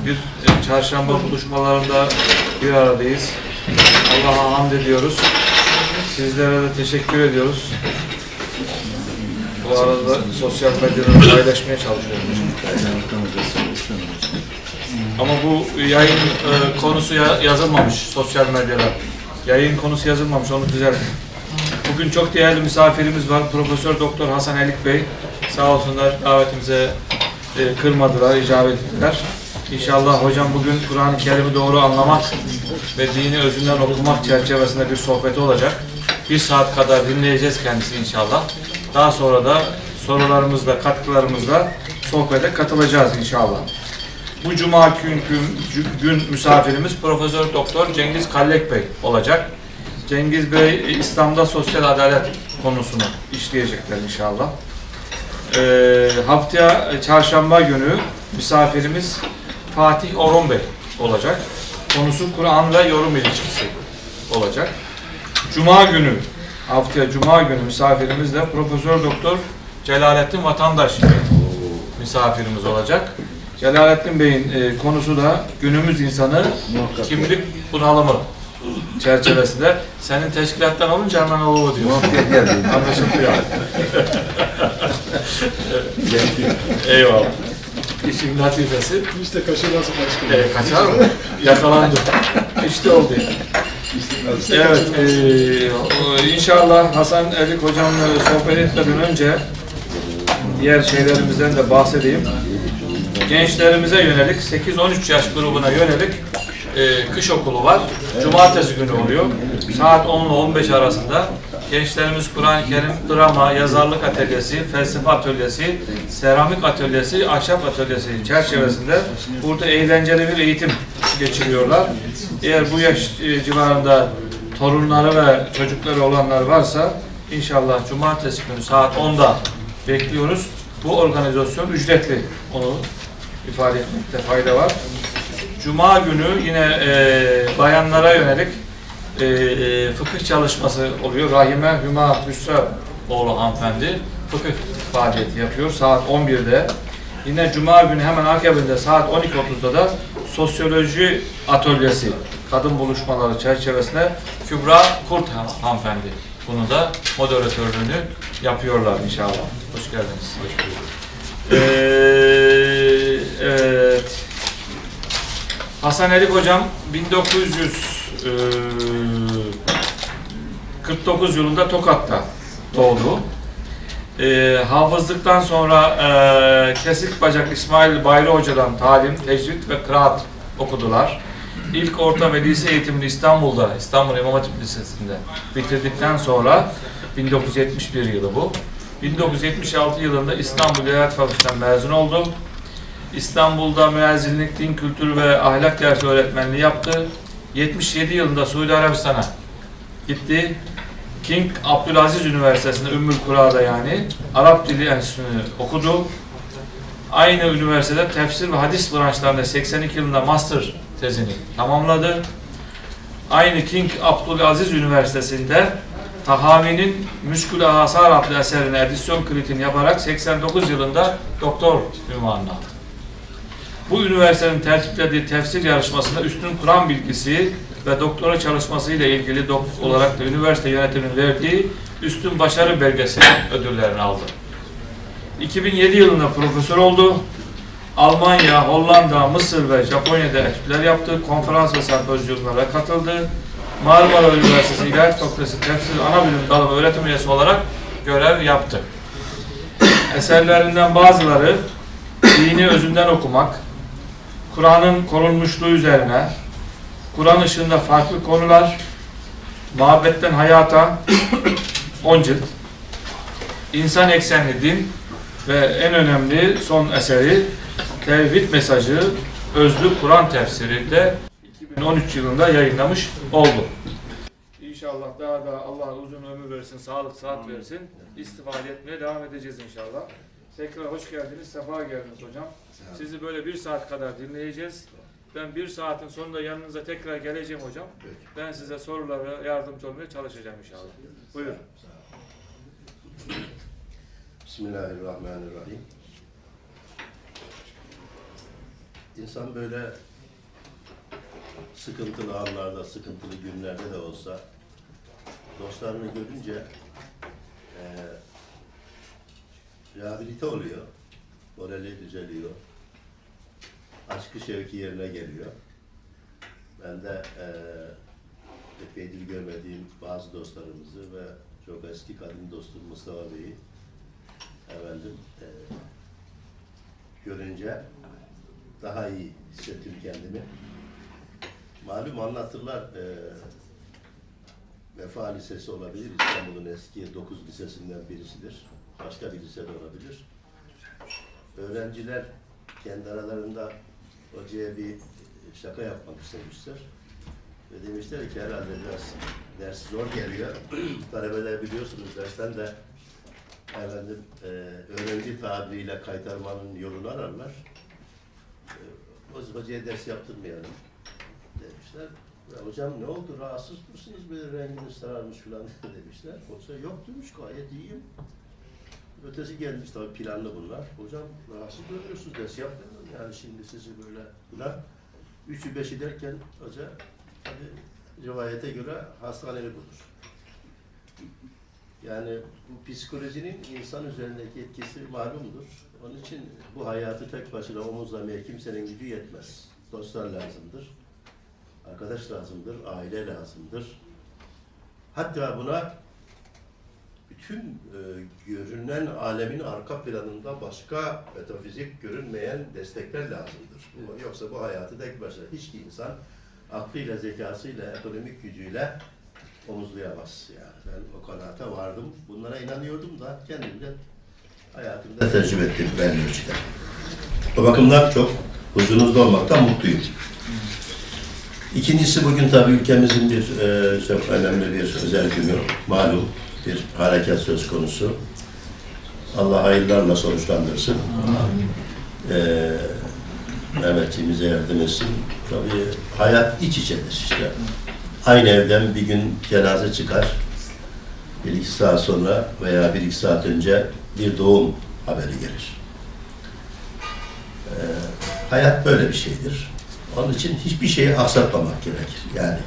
bir çarşamba buluşmalarında bir aradayız. Allah'a hamd ediyoruz. Sizlere de teşekkür ediyoruz. Bu arada sosyal medyada paylaşmaya çalışıyoruz. Ama bu yayın konusu yazılmamış sosyal medyada. Yayın konusu yazılmamış, onu düzeltin. Bugün çok değerli misafirimiz var. Profesör Doktor Hasan Elik Bey. Sağ olsunlar, davetimize kırmadılar, icabet ettiler. İnşallah hocam bugün Kur'an-ı Kerim'i doğru anlamak ve dini özünden okumak çerçevesinde bir sohbeti olacak. 1 saat kadar dinleyeceğiz kendisini inşallah. Daha sonra da sorularımızla, katkılarımızla sohbete katılacağız inşallah. Bu cuma gün misafirimiz Profesör Doktor Cengiz Kallek Bey olacak. Cengiz Bey İslam'da sosyal adalet konusunu işleyecekler inşallah. Haftaya çarşamba günü misafirimiz Fatih Orhun Bey olacak. Konusu Kur'an ve yorum ilişkisi olacak. Cuma günü, haftaya Cuma günü misafirimiz de Profesör Doktor Celalettin Vatandaş Bey misafirimiz olacak. Celalettin Bey'in konusu da günümüz insanı kimlik bunalımı çerçevesinde. Senin teşkilattan olunca hemen o diyorsun. Anlaşılıyor. Eyvallah. İşin latifesi. İşte kaçırmaz başkanım. Kaçar mı? Yakalandı. İşte oldu. Evet. İnşallah Hasan Elik hocamla sohbet etmeden önce diğer şeylerimizden de bahsedeyim. Gençlerimize yönelik 8-13 yaş grubuna yönelik kış okulu var. Cumartesi günü oluyor. Saat 10 ile 15 arasında gençlerimiz Kur'an-ı Kerim, drama, yazarlık atölyesi, felsefe atölyesi, seramik atölyesi, ahşap atölyesi çerçevesinde burada eğlenceli bir eğitim geçiriyorlar. Eğer bu yaş civarında torunları ve çocukları olanlar varsa inşallah cumartesi günü saat 10'da bekliyoruz. Bu organizasyon ücretli. Onu ifade etmekte fayda var. Cuma günü yine bayanlara yönelik fıkıh çalışması oluyor. Rahime Hüma Hüsrevoğlu hanımefendi fıkıh faaliyeti yapıyor saat 11'de. Yine Cuma günü hemen akabinde saat 12.30'da da sosyoloji atölyesi kadın buluşmaları çerçevesinde Kübra Kurt hanımefendi bunu da moderatörlüğünü yapıyorlar inşallah. Hoş geldiniz. Evet. Hasan Elik hocam 1949 yılında Tokat'ta doğdu. Hafızlıktan sonra Kesik Bacak İsmail Bayri Hoca'dan talim, tecvid ve kıraat okudular. İlk orta ve lise eğitimini İstanbul'da, İstanbul İmam Hatip Lisesi'nde bitirdikten sonra 1971 yılı bu. 1976 yılında İstanbul İlahiyat Fakültesi'nden mezun oldu. İstanbul'da müezzinlik, din kültürü ve ahlak dersi öğretmenliği yaptı. 77 yılında Suudi Arabistan'a gitti. King Abdülaziz Üniversitesi'nde Ümmül Kura'da yani Arap Dili Enstitüsü'nü okudu. Aynı üniversitede tefsir ve hadis branşlarında 82 yılında master tezini tamamladı. Aynı King Abdülaziz Üniversitesi'nde Tahami'nin Müşkül-i Asar adlı eserine edisyon kritiğini yaparak 89 yılında doktor ünvanını aldı. Bu üniversitenin tertiplediği tefsir yarışmasında üstün Kur'an bilgisi ve doktora çalışması ile ilgili olarak da üniversite yönetiminin verdiği üstün başarı belgesi ödüllerini aldı. 2007 yılında profesör oldu. Almanya, Hollanda, Mısır ve Japonya'da etütler yaptı. Konferans ve sempozyumlara katıldı. Marmara Üniversitesi İlahiyat Fakültesi Tefsir Anabilim Dalı öğretim üyesi olarak görev yaptı. Eserlerinden bazıları dini özünden okumak, Kur'an'ın korunmuşluğu üzerine, Kur'an ışığında farklı konular, muhabbetten hayata 10 cilt, insan eksenli din ve en önemli son eseri Tevhid Mesajı Özlü Kur'an tefsirinde 2013 yılında yayınlamış oldu. İnşallah daha da Allah uzun ömür versin, sağlık, sıhhat versin. İstifade etmeye devam edeceğiz inşallah. Tekrar hoş geldiniz, sefa geldiniz hocam. Sizi böyle 1 saat kadar dinleyeceğiz. Ben 1 saatin sonunda yanınıza tekrar geleceğim hocam. Ben size sorulara yardımcı olmaya çalışacağım inşallah. Buyurun. Bismillahirrahmanirrahim. insan böyle sıkıntılı anlarda, sıkıntılı günlerde de olsa dostlarını görünce rehabilite oluyor, morali düzeliyor, aşkı şevki yerine geliyor. Ben de epeydir görmediğim bazı dostlarımızı ve çok eski kadim dostum Mustafa Bey'i görünce daha iyi hissettim kendimi. Malum anlatırlar, Vefa Lisesi olabilir, İstanbul'un eski 9 lisesinden birisidir. Başka bir lise de olabilir. Öğrenciler kendi aralarında hocaya bir şaka yapmak istemişler. Ve demişler ki herhalde biraz ders zor geliyor. Talebeler biliyorsunuz dersten de öğrenci tabiriyle kaytarmanın yolunu ararlar. Hocaya ders yaptırmayalım demişler. Ya hocam ne oldu, rahatsız mısınız, böyle renginiz sararmış falan demişler. Hoca yok demiş, gayet iyiyim. Ötesi gelmiş, tabii planlı bunlar. Hocam rahatsız görüyorsunuz, ders yapmayalım yani şimdi sizi böyle falan. 3'ü 5'i derken hoca tabii rivayete göre hastaneli bulur. Yani bu psikolojinin insan üzerindeki etkisi malumdur. Onun için bu hayatı tek başına omuzlamaya kimsenin gücü yetmez. Dostlar lazımdır, arkadaş lazımdır, aile lazımdır. Hatta buna bütün görünen alemin arka planında başka metafizik görünmeyen destekler lazımdır. Yoksa bu hayatı tek başına hiç insan aklıyla, zekasıyla, ekonomik gücüyle omuzlayamaz. Yani ben o kanaate vardım. Bunlara inanıyordum da kendimde hayatımda tecrübe ettim ben ölçüde. O bakımdan çok huzurunuzda olmaktan mutluyum. İkincisi, bugün tabii ülkemizin bir çok önemli bir özel günü. Malum bir harekat söz konusu. Allah hayırlarla sonuçlandırsın. Mehmetçiğimize yardım etsin. Tabii hayat iç içedir işte. Aynı evden bir gün cenaze çıkar. 1-2 saat sonra veya 1-2 saat önce bir doğum haberi gelir. Hayat böyle bir şeydir. Onun için hiçbir şeyi aksatmamak gerekir. Yani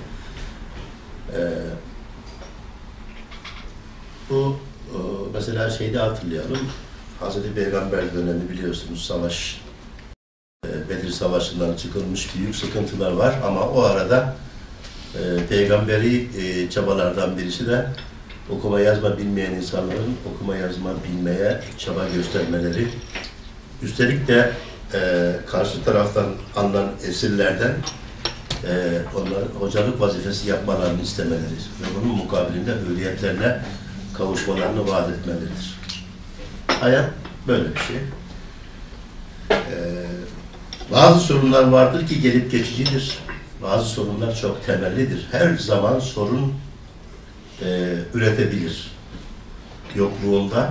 bu mesela şeyde hatırlayalım. Hazreti Peygamber dönemi biliyorsunuz, savaş, Bedir Savaşı'ndan çıkılmış büyük sıkıntılar var ama o arada peygamberi çabalardan birisi de okuma yazma bilmeyen insanların okuma yazma bilmeye çaba göstermeleri. Üstelik de karşı taraftan alınan esirlerden onların hocalık vazifesi yapmalarını istemeleri ve bunun mukabilinde hürriyetlerine kavuşmalarını vaat etmeleridir. Hayat böyle bir şey. Bazı sorunlar vardır ki gelip geçicidir. Bazı sorunlar çok temellidir. Her zaman sorun üretebilir. Yokluğunda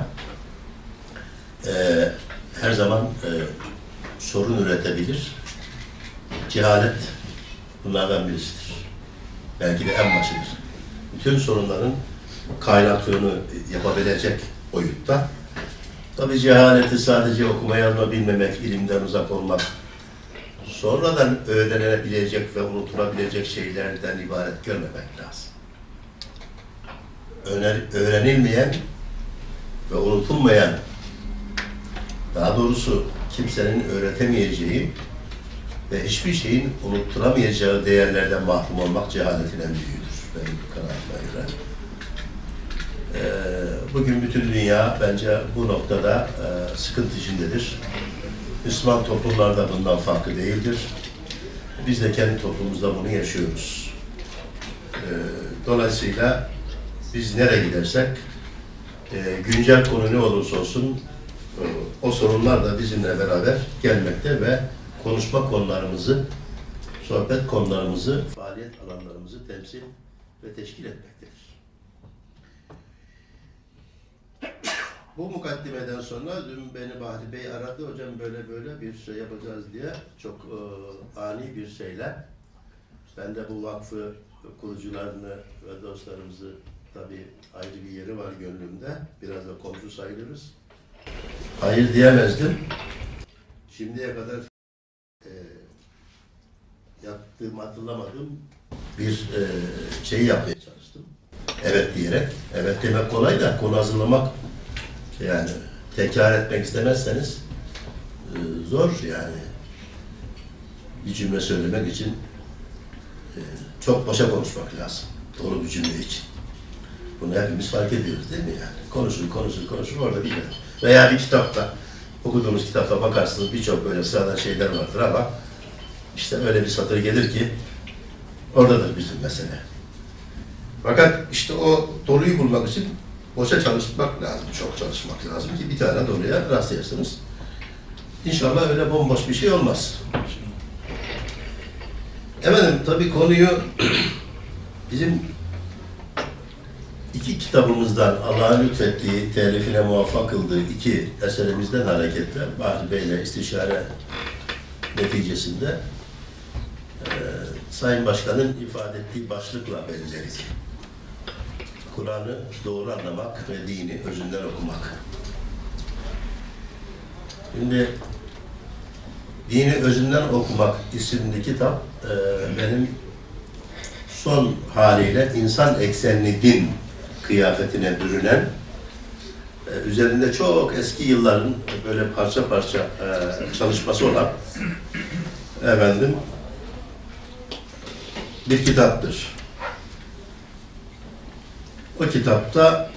her zaman sorun üretebilir. Cehalet bunlardan birisidir. Belki de en başıdır. Bütün sorunların kaynaklığını yapabilecek boyutta. Tabii cehaleti sadece okuma yazma bilmemek, ilimden uzak olmak, sonradan öğrenilebilecek ve unutulabilecek şeylerden ibaret görmemek lazım. Öğrenilmeyen ve unutulmayan, daha doğrusu kimsenin öğretemeyeceği ve hiçbir şeyin unutturamayacağı değerlerden mahrum olmak cehaletin en büyüğüdür benim kanaatime göre. Bugün bütün dünya bence bu noktada sıkıntı içindedir. Müslüman toplumlar da bundan farklı değildir. Biz de kendi toplumumuzda bunu yaşıyoruz. Dolayısıyla biz nereye gidersek, güncel konu ne olursa olsun, o sorunlar da bizimle beraber gelmekte ve konuşma konularımızı, sohbet konularımızı, faaliyet alanlarımızı temsil ve teşkil etmektedir. Bu mukaddimeden sonra dün beni Bahri Bey aradı, hocam böyle böyle bir şey yapacağız diye, çok ani bir şeyle. Ben de bu vakfı kurucularını ve dostlarımızı, tabii ayrı bir yeri var gönlümde, biraz da komşu sayılırız. Hayır diyemezdim. Şimdiye kadar yaptığımı hatırlamadığım bir şey yapmaya çalıştım. Evet diyerek. Evet demek kolay da konu hazırlamak, yani tekrar etmek istemezseniz zor yani. Bir cümle söylemek için çok başa konuşmak lazım. Doğru bir cümle için. Bunu hepimiz fark ediyoruz değil mi yani? Konuşur orada bir yer. Veya bir kitapta, okuduğumuz kitapta bakarsınız birçok böyle sıradan şeyler vardır ama işte öyle bir satır gelir ki oradadır bizim mesele. Fakat işte o doğruyu bulmak için boşa çalışmak lazım, çok çalışmak lazım ki bir tane doğruya rastlayasınız. İnşallah öyle bomboş bir şey olmaz. Efendim tabii konuyu bizim iki kitabımızdan Allah'ın lütfettiği, telifine muvaffak kıldığı iki eserimizden hareketle Bahri Bey'le istişare neticesinde Sayın Başkan'ın ifade ettiği başlıkla benzeriz. Kur'an'ı doğru anlamak ve dini özünden okumak. Şimdi Dini Özünden Okumak isimli kitap benim son haliyle insan eksenli din kıyafetine bürünen, üzerinde çok eski yılların böyle parça parça çalışması olan bir kitaptır. O kitapta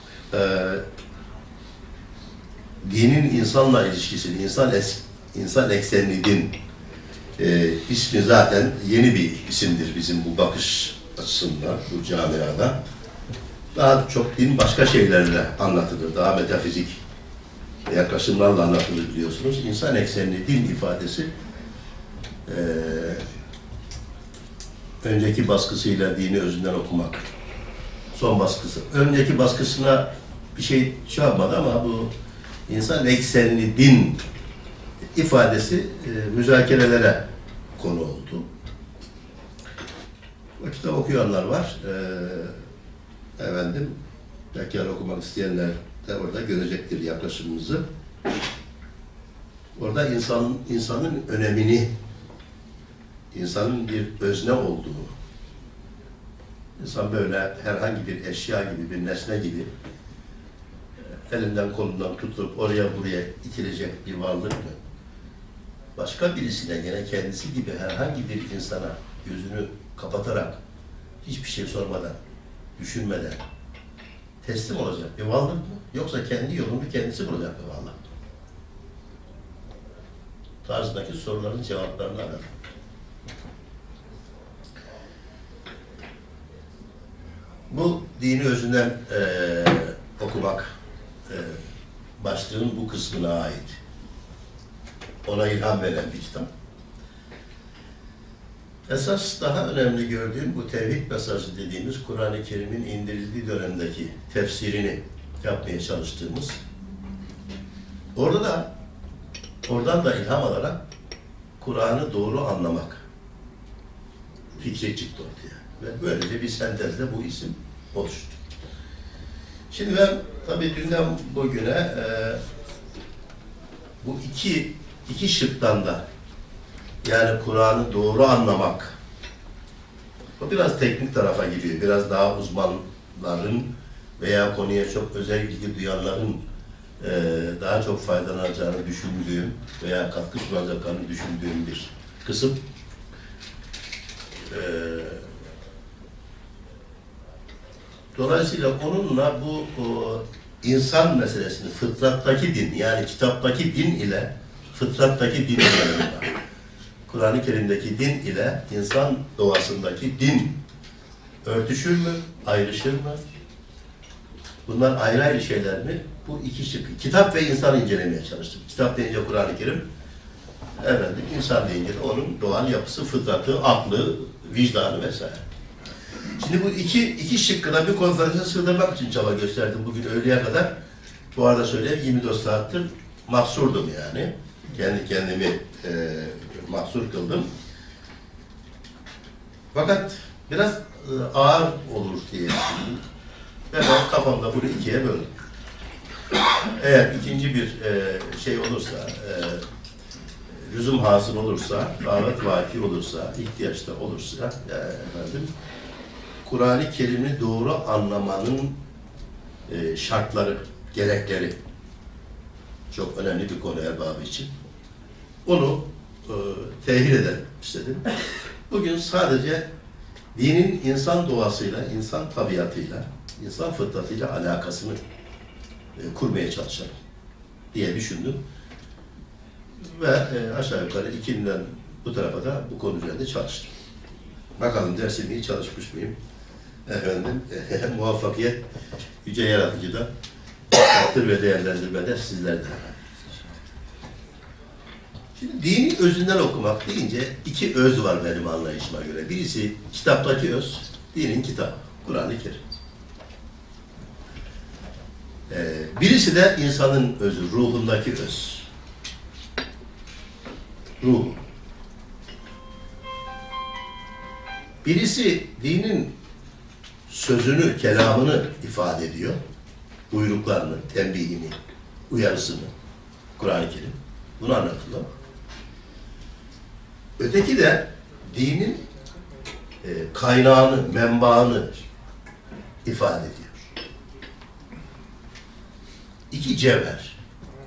dinin insanla ilişkisini, insan eksenli din ismi zaten yeni bir isimdir bizim bu bakış açısından, bu camiada. Daha çok din başka şeylerle anlatılır, daha metafizik yaklaşımlarla anlatılır biliyorsunuz. İnsan eksenli din ifadesi önceki baskısıyla Dini Özünden Okumak, son baskısı. Önceki baskısına bir şey yapmadı ama bu insan eksenli din ifadesi müzakerelere konu oldu. O kitap okuyanlar var. Tekrar okumak isteyenler de orada görecektir yaklaşımımızı. Orada insanın önemini, insanın bir özne olduğunu, insan böyle herhangi bir eşya gibi, bir nesne gibi elinden kolundan tutulup oraya buraya itilecek bir varlık mı? Başka birisine gene kendisi gibi herhangi bir insana gözünü kapatarak hiçbir şey sormadan, düşünmeden teslim olacak bir varlık mı? Yoksa kendi yolunu kendisi bulacak bir varlık mı? Tarzındaki soruların cevaplarını aradım. Bu Dini Özünden Okumak başlığın bu kısmına ait. Ona ilham veren bir kitap. Esas daha önemli gördüğüm bu tevhid mesajı dediğimiz Kur'an-ı Kerim'in indirildiği dönemdeki tefsirini yapmaya çalıştığımız. Oradan da ilham alarak Kur'an'ı doğru anlamak fikri çıktı ortaya. Ve böylece bir sentezde bu isim oluştu. Şimdi ben tabii dünden bugüne bu iki şıktan da, yani Kur'an'ı doğru anlamak, o biraz teknik tarafa giriyor. Biraz daha uzmanların veya konuya çok özel ilgi duyanların daha çok faydalanacağını düşündüğüm veya katkı sunacaklarını düşündüğüm bir kısım. Dolayısıyla onunla bu insan meselesini, fıtrattaki din, yani kitaptaki din ile fıtrattaki din arasında, Kur'an-ı Kerim'deki din ile insan doğasındaki din örtüşür mü, ayrışır mı? Bunlar ayrı ayrı şeyler mi? Bu iki şık. Kitap ve insan incelemeye çalıştık. Kitap deyince Kur'an-ı Kerim, insan deyince de onun doğal yapısı, fıtratı, aklı, vicdanı vesaire. Şimdi bu iki şıkkına bir konferansa sığdırmak için çaba gösterdim bugün öğleye kadar. Bu arada söyleyeyim 24 saattir mahsurdum yani. Kendi kendimi mahsur kıldım. Fakat biraz ağır olur diye düşündüm. Ve ben kafamda bunu ikiye böldüm. Eğer ikinci bir şey olursa, lüzum hasıl olursa, davet vaki olursa, ihtiyaçta olursa, efendim, Kur'an-ı Kerim'i doğru anlamanın şartları, gerekleri çok önemli bir konu erbabı için. Onu tehir edelim istedim. Bugün sadece dinin insan doğasıyla, insan tabiatıyla, insan fıtratıyla alakasını kurmaya çalışalım diye düşündüm. Ve aşağı yukarı 2000'den bu tarafa da bu konu üzerinde çalıştım. Bakalım dersimi iyi çalışmış mıyım? Efendim, muvaffakiyet yüce yaratıcıdan, takdir ve değerlendirmede sizlerden. Şimdi dini özünden okumak deyince iki öz var benim anlayışıma göre. Birisi kitaptaki öz, dinin kitabı, Kur'an-ı Kerim. Birisi de insanın özü, ruhundaki öz. Ruhu. Birisi dinin sözünü, kelamını ifade ediyor. Buyruklarını, tembihini, uyarısını, Kur'an-ı Kerim. Bunu anlatılıyor. Öteki de dinin kaynağını, menbaını ifade ediyor. İki cevher.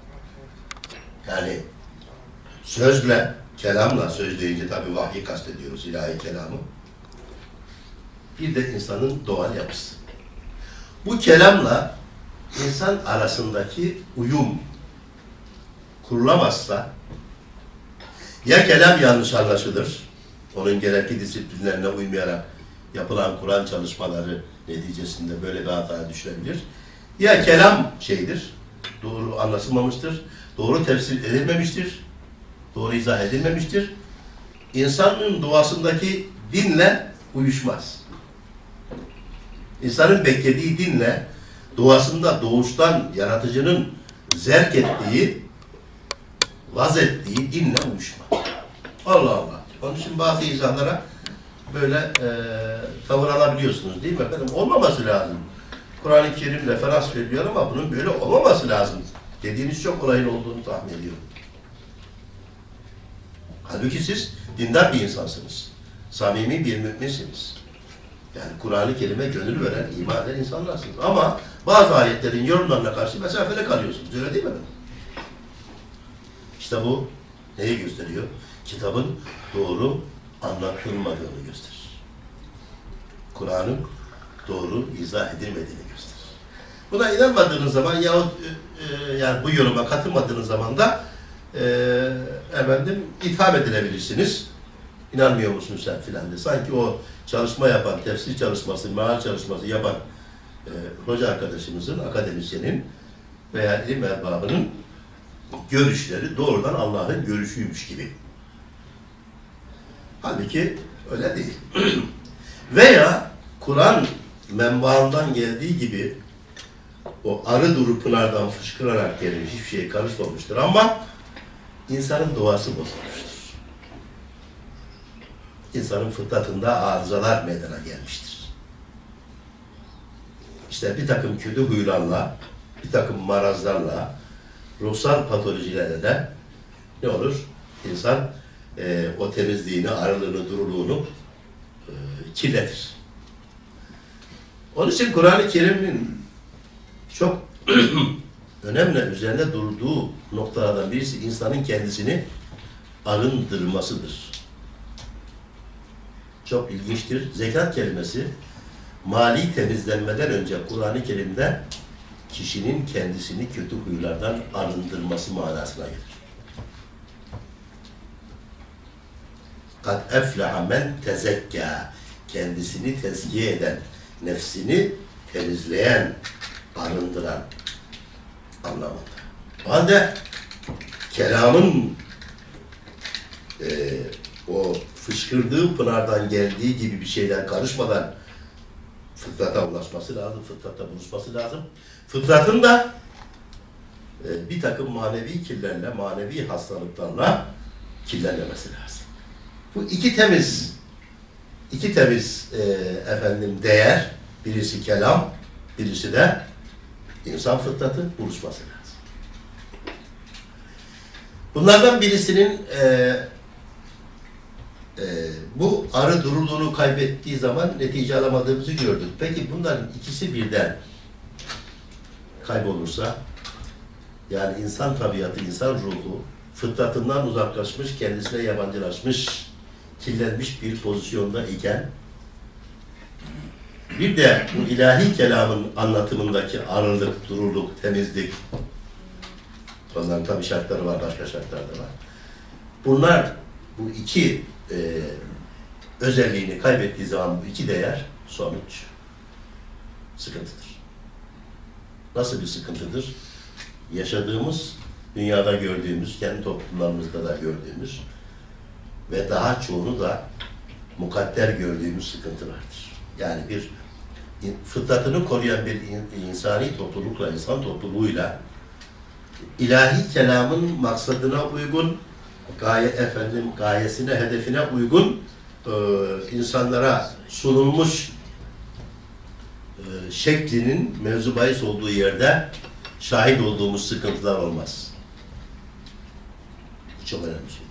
Yani sözle, kelamla, söz deyince tabii vahyi kastediyoruz, ilahi kelamı. Bir de insanın doğal yapısı. Bu kelamla insan arasındaki uyum kurulamazsa ya kelam yanlış anlaşılır, onun gerekli disiplinlerine uymayarak yapılan Kur'an çalışmaları neticesinde böyle bir hataya düşülebilir. Ya kelam doğru anlaşılmamıştır, doğru tefsir edilmemiştir, doğru izah edilmemiştir. İnsanın doğasındaki dinle uyuşmaz. İnsanın beklediği dinle doğasında doğuştan yaratıcının zerk ettiği, vaz ettiği dinle uyuşmaz. Allah Allah. Onun için bazı insanlara böyle tavır alabiliyorsunuz değil mi efendim? Olmaması lazım. Kur'an-ı Kerim referans veriliyor ama bunun böyle olmaması lazım dediğiniz çok olayın olduğunu tahmin ediyorum. Halbuki siz dindar bir insansınız. Samimi bir müminsiniz. Yani Kur'an-ı Kerim'e gönül veren, iman eden insanlarsınız. Ama bazı ayetlerin yorumlarına karşı mesafede kalıyorsunuz. Öyle değil mi? İşte bu neyi gösteriyor? Kitabın doğru anlatılmadığını gösterir. Kur'an'ın doğru izah edilmediğini gösterir. Buna inanmadığınız zaman yahut yani bu yoruma katılmadığınız zaman da efendim itham edilebilirsiniz. İnanmıyor musun sen filan de. Sanki o çalışma yapan, tefsir çalışması, meal çalışması yapan hoca arkadaşımızın, akademisyenin veya ilim erbabının görüşleri doğrudan Allah'ın görüşüymüş gibi. Halbuki öyle değil. Veya Kur'an menbaından geldiği gibi o arı duru pınardan fışkırarak gelmiş, hiçbir şeye karışmamıştır ama insanın doğası bozulmuştur. İnsanın fıtratında arızalar meydana gelmiştir. İşte bir takım kötü huylarla, bir takım marazlarla, ruhsal patolojilerle de ne olur? İnsan o temizliğini, arılığını, duruluğunu kirletir. Onun için Kur'an-ı Kerim'in çok önemli üzerine durduğu noktalardan birisi insanın kendisini arındırmasıdır. Çok ilginçtir. Zekat kelimesi mali temizlenmeden önce Kur'an-ı Kerim'de kişinin kendisini kötü huylardan arındırması manasına gelir. Kad efleha men tezekka, kendisini tezkiye eden, nefsini temizleyen, arındıran anlamında. O halde kelamın o fışkırdığı pınardan geldiği gibi bir şeyler karışmadan fıtrata ulaşması lazım, fıtrata buluşması lazım. Fıtratın da bir takım manevi kirlerle, manevi hastalıklarla kirlenmemesi lazım. Bu iki temiz efendim değer, birisi kelam, birisi de insan fıtratı buluşması lazım. Bunlardan birisinin bu arı duruluğunu kaybettiği zaman netice alamadığımızı gördük. Peki bunların ikisi birden kaybolursa, yani insan tabiatı, insan ruhu fıtratından uzaklaşmış, kendisine yabancılaşmış, kirlenmiş bir pozisyonda iken, bir de bu ilahi kelamın anlatımındaki arılık, duruluk, temizlik, onların tabi şartları var, başka şartlar da var. Bunlar, bu iki özelliğini kaybettiği zaman bu iki değer, sonuç sıkıntıdır. Nasıl bir sıkıntıdır? Yaşadığımız, dünyada gördüğümüz, kendi toplumlarımızda da gördüğümüz ve daha çoğunu da mukadder gördüğümüz sıkıntılardır. Yani bir fıtratını koruyan bir insani toplulukla, insan topluluğuyla ilahi kelamın maksadına uygun, gayesine, hedefine uygun insanlara sunulmuş şeklinin mevzu bahis olduğu yerde şahit olduğumuz sıkıntılar olmaz. Bu çok önemli şeydir.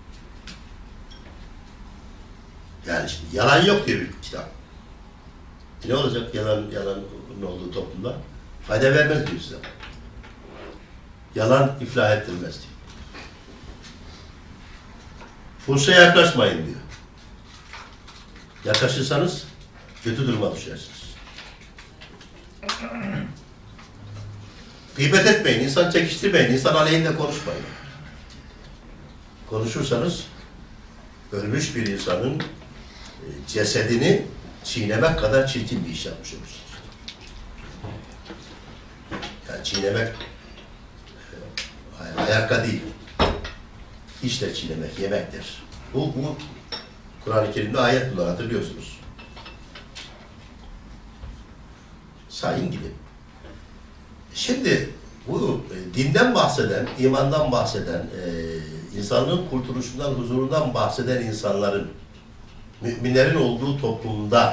Yani şimdi yalan yok diyor bir kitap. Ne olacak yalan olduğu toplumda? Fayda vermez diyor size. Yalan iflah ettirmez diyor. Fuhuşa yaklaşmayın diyor. Yaklaşırsanız kötü duruma düşersiniz. Gıybet etmeyin, insan çekiştirmeyin, insan aleyhinde konuşmayın. Konuşursanız ölmüş bir insanın cesedini çiğnemek kadar çirkin bir iş yapmış olursunuz. Yani çiğnemek ayakta değil, işle çiğnemek, yemektir. Bu Kur'an-ı Kerim'de ayet bunlar, hatırlıyorsunuz. Sayın gibi. Şimdi bu dinden bahseden, imandan bahseden, insanlığın kurtuluşundan, huzurundan bahseden insanların, müminlerin olduğu toplumda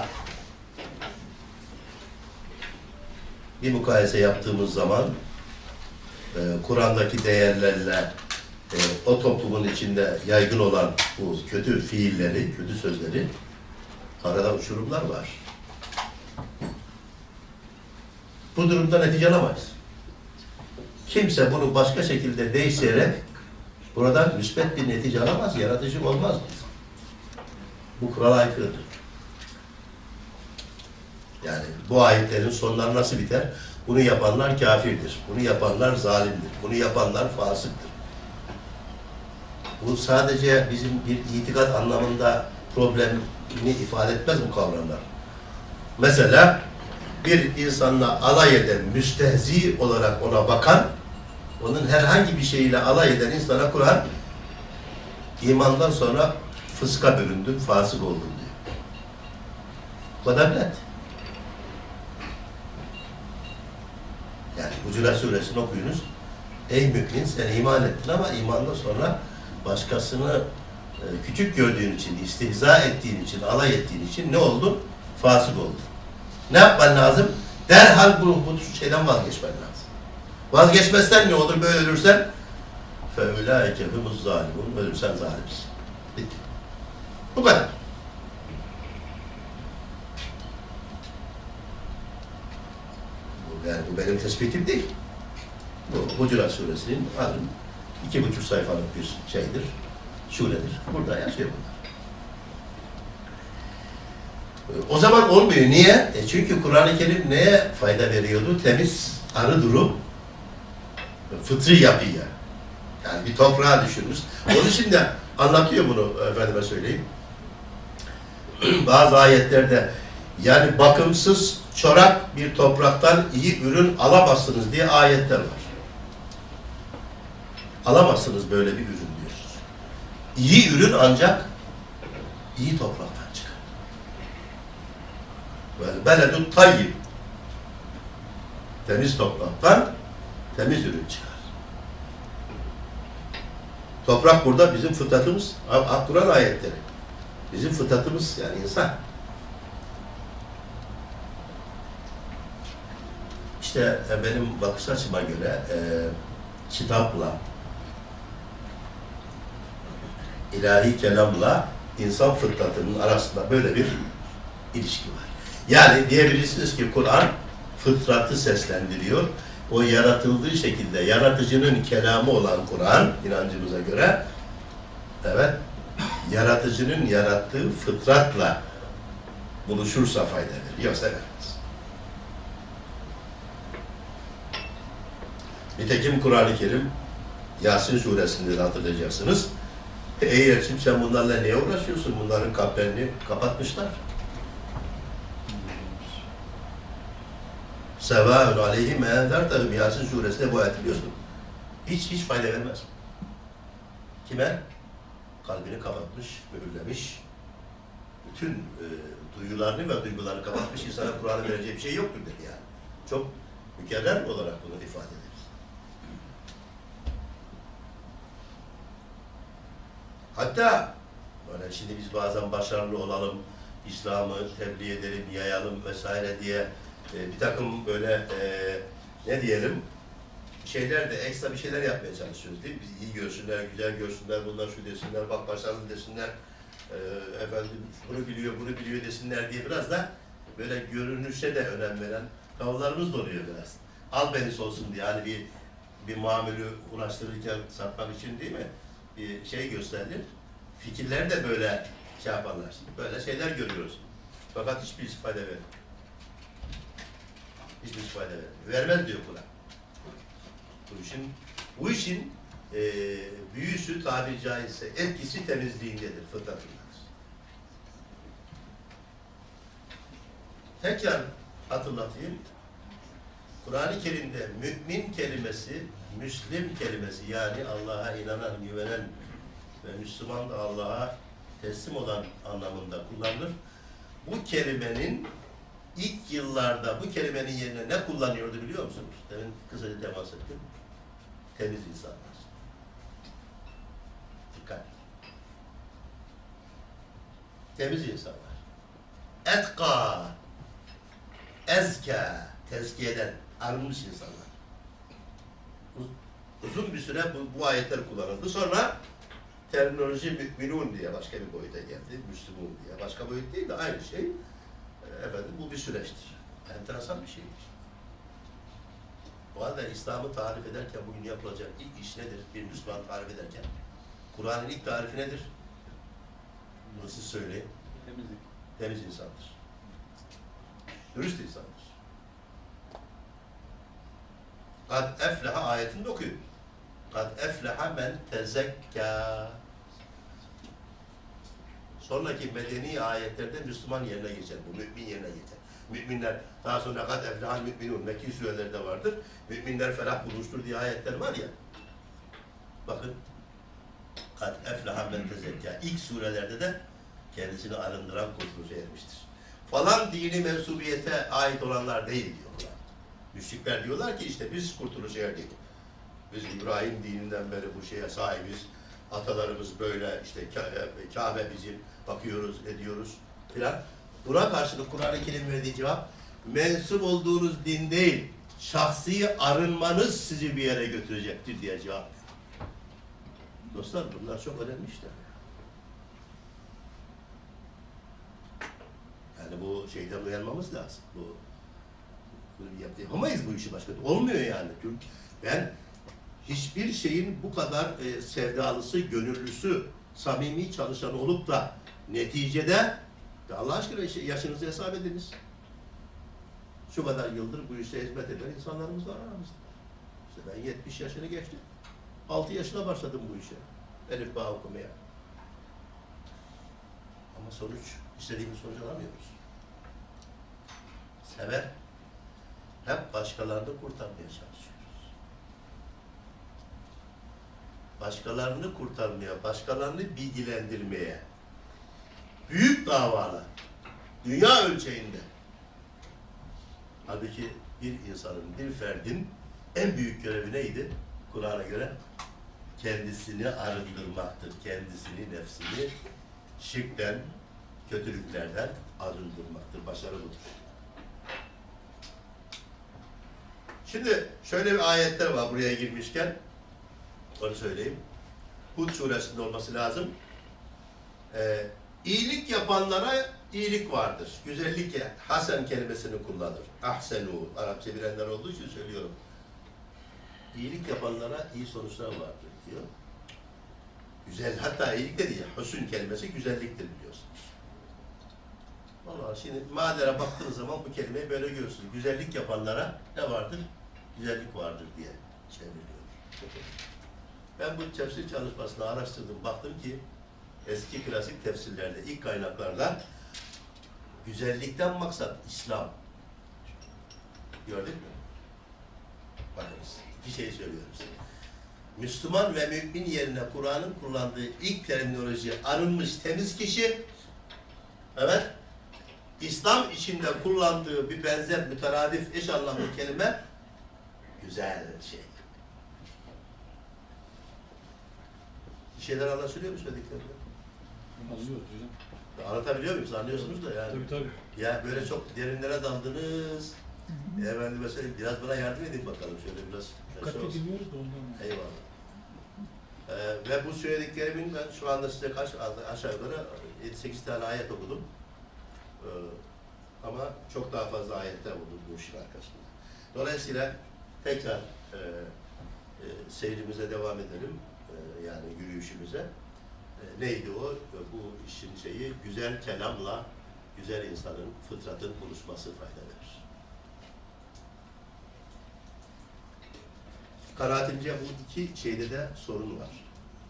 bir mukayese yaptığımız zaman Kur'an'daki değerlerle o toplumun içinde yaygın olan bu kötü fiilleri, kötü sözleri, arada uçurumlar var. Bu durumda netice alamayız. Kimse bunu başka şekilde değiştirerek buradan müsbet bir netice alamaz, yaratıcı olmaz. Bu kurala aykırıdır. Yani bu ayetlerin sonları nasıl biter? Bunu yapanlar kafirdir, bunu yapanlar zalimdir, bunu yapanlar fasıktır. Bu sadece bizim bir itikat anlamında problemini ifade etmez bu kavramlar. Mesela bir insanla alay eden, müstehzi olarak ona bakan, onun herhangi bir şeyle alay eden insana Kur'an, imandan sonra fıska büründün, fasık oldun diyor. Bu kadar net. Yani Hucurat Suresini okuyunuz. Ey mümin, sen iman ettin ama imandan sonra başkasını küçük gördüğün için, istihza ettiğin için, alay ettiğin için ne oldun? Fasık oldun. Ne yapman lazım? Derhal bu şeyden vazgeçmen lazım. Vazgeçmezsen ne olur? Böyle ölürsen فَاُولَٰئِكَ هُمُ الظَّالِمُونَ ölürsen zalimsin. Bitti. Bu kadar. Yani bu benim tespitim değil. Bu Hucurat Suresinin alın 2,5 sayfalık bir şeydir, suredir. Burada yazıyor bunlar. O zaman olmuyor. Niye? Çünkü Kur'an-ı Kerim neye fayda veriyordu? Temiz, arı duru, fıtri yapıya. Yani bir toprağa düşünürüz. Onun için de anlatıyor bunu, efendime söyleyeyim. Bazı ayetlerde yani bakımsız, çorak bir topraktan iyi ürün alamazsınız diye ayetler var. Alamazsınız böyle bir ürün diyor. İyi ürün ancak iyi topraktan çıkar. Vel beledut tayyib. Temiz topraktan temiz ürün çıkar. Toprak burada bizim fıtratımız, Kur'an ayetleri. Bizim fıtratımız yani insan. İşte benim bakış açıma göre kitapla, ilahi kelamla insan fıtratının arasında böyle bir ilişki var. Yani diyebilirsiniz ki Kur'an fıtratı seslendiriyor. O yaratıldığı şekilde yaratıcının kelamı olan Kur'an inancımıza göre evet yaratıcının yarattığı fıtratla buluşursa fayda verir. Yoksa vermez. Nitekim Kur'an-ı Kerim Yasin suresinde de hatırlayacaksınız. Ey elçim sen bunlarla niye uğraşıyorsun? Bunların kalplerini kapatmışlar. Sevâ'un aleyhim enzertehum Yasin suresinde bu ayeti biliyorsun. Hiç fayda vermez. Kime? Kalbini kapatmış, mühürlemiş. Bütün duyularını ve duygularını kapatmış insana Kur'an'ın vereceği bir şey yoktur dedi yani. Çok mükerrer olarak bunu ifade ederiz. Hatta böyle şimdi biz bazen başarılı olalım, İslam'ı tebliğ edelim, yayalım vesaire diye bir takım böyle ne diyelim şeyler de ekstra bir şeyler yapmaya çalışıyoruz değil mi? Biz iyi görsünler, güzel görsünler, bunlar şu desinler, bak başarılı desinler, efendim bunu biliyor desinler diye biraz da böyle görünüşe de önem veren tavırlarımız da oluyor biraz. Al beni olsun diye hani bir mamülü uğraştırırken satmak için değil mi? Bir şey gösterilir. Fikirler de böyle şey yaparlar. Böyle şeyler görüyoruz. Fakat hiçbir fayda vermiyor. Hiçbir fayda vermiyor. Vermez diyor Kur'an. Bu işin büyüsü tabiri caizse etkisi temizliğindedir, fıtratındadır. Tekrar hatırlatayım. Kur'an-ı Kerim'de mümin kelimesi, Müslim kelimesi yani Allah'a inanan, güvenen ve Müslüman da Allah'a teslim olan anlamında kullanılır. Bu kelimenin ilk yıllarda bu kelimenin yerine ne kullanıyordu biliyor musunuz? Demin kısaca temas ettim. Temiz insanlar. Dikkat. Temiz insanlar. Etka, ezke, tezkiyeden arınmış insanlar. Uzun bir süre bu ayetler kullanıldı. Sonra terminoloji müminun diye başka bir boyuta geldi. Müslümun diye. Başka boyut değil de aynı şey. Efendim bu bir süreçtir. Enteresan bir şeydir. Bu arada İslam'ı tarif ederken bugün yapılacak ilk iş nedir? Bir Müslüman tarif ederken. Kur'an'ın ilk tarifi nedir? Bunu siz söyleyin. Temizlik. Temiz insandır. Dürüst insandır. Kad efleha ayetinde okuyun. Kad efleha men tezekka. Sonraki medeni ayetlerde Müslüman yerine geçer. Bu mümin yerine geçer. Müminler daha sonra kad eflehal müminun Mekki surelerde vardır. Müminler felah bulmuştur diye ayetler var ya. Bakın kad eflehal men tezekka. İlk surelerde de kendisini arındıran kurtuluşa ermiştir. Falan dini mensubiyete ait olanlar değil diyorlar. Müşrikler diyorlar ki işte biz kurtuluşa erdik. Biz İbrahim dininden beri bu şeye sahibiz. Atalarımız böyle işte Kabe bizim bakıyoruz, ediyoruz filan. Buna karşılık Kur'an-ı Kerim verdiği cevap mensup olduğunuz din değil, şahsi arınmanız sizi bir yere götürecektir diye cevap. Dostlar bunlar çok önemli işler. Yani bu şeyden uyanmamız lazım. Yapamayız bu işi başka. Olmuyor yani. Ben hiçbir şeyin bu kadar sevdalısı, gönüllüsü, samimi çalışan olup da neticede Allah aşkına yaşınızı hesap ediniz. Şu kadar yıldır bu işe hizmet eden insanlarımız var aramızda. İşte ben 70 yaşını geçtim. 6 yaşına başladım bu işe. Elif bağ okumaya. Ama sonuç, istediğimiz sonuç alamıyoruz. Sever, hep başkalarını kurtarmaya çalışıyoruz. Başkalarını kurtarmaya, başkalarını bilgilendirmeye, büyük davalar, dünya ölçeğinde. Halbuki bir insanın, bir ferdin en büyük görevi neydi? Kur'an'a göre kendisini arındırmaktır. Kendisini, nefsini şirkten, kötülüklerden arındırmaktır. Başarı budur. Şimdi şöyle bir ayetler var buraya girmişken. Onu söyleyeyim. Hud suresinde olması lazım. İyilik yapanlara iyilik vardır. Güzellik, hasen kelimesini kullanır. Ahsenu, Arapça bilenler olduğu için söylüyorum. İyilik yapanlara iyi sonuçlar vardır diyor. Güzel, hatta iyilik de değil, husn kelimesi güzelliktir biliyorsunuz. Vallahi şimdi madere baktığınız zaman bu kelimeyi böyle görürsünüz. Güzellik yapanlara ne vardır? Güzellik vardır diye çevriliyor. Ben bu tefsir çalışmasını araştırdım. Baktım ki eski klasik tefsirlerde, ilk kaynaklarda güzellikten maksat İslam. Gördük mü? Bakınız, iki şey söylüyorum size. Müslüman ve mümin yerine Kur'an'ın kullandığı ilk terminoloji arınmış temiz kişi, evet, İslam içinde kullandığı bir benzer müteradif eş anlamlı kelime güzel şey. Bir şeyler anlaşılıyor mu söylediklerimde? Anlıyoruz hocam. Anlatabiliyor muyum? Anlıyorsunuz da yani. Tabii tabii. Ya böyle çok derinlere daldınız. Efendim mesela biraz bana yardım edin bakalım şöyle biraz. Dikkatli dinliyoruz da ondan. Eyvallah. Ve bu söylediklerimin ben şu anda size aşağı yukarı 7-8 tane ayet okudum. Ama çok daha fazla ayetler oldu bu işin arkasında. Dolayısıyla tekrar seyrimize devam edelim. Yani yürüyüşümüze. Neydi o? Bu işin şeyi güzel kelamla güzel insanın, fıtratın buluşması fayda verir. Kanaatimce bu iki şeyde de sorun var.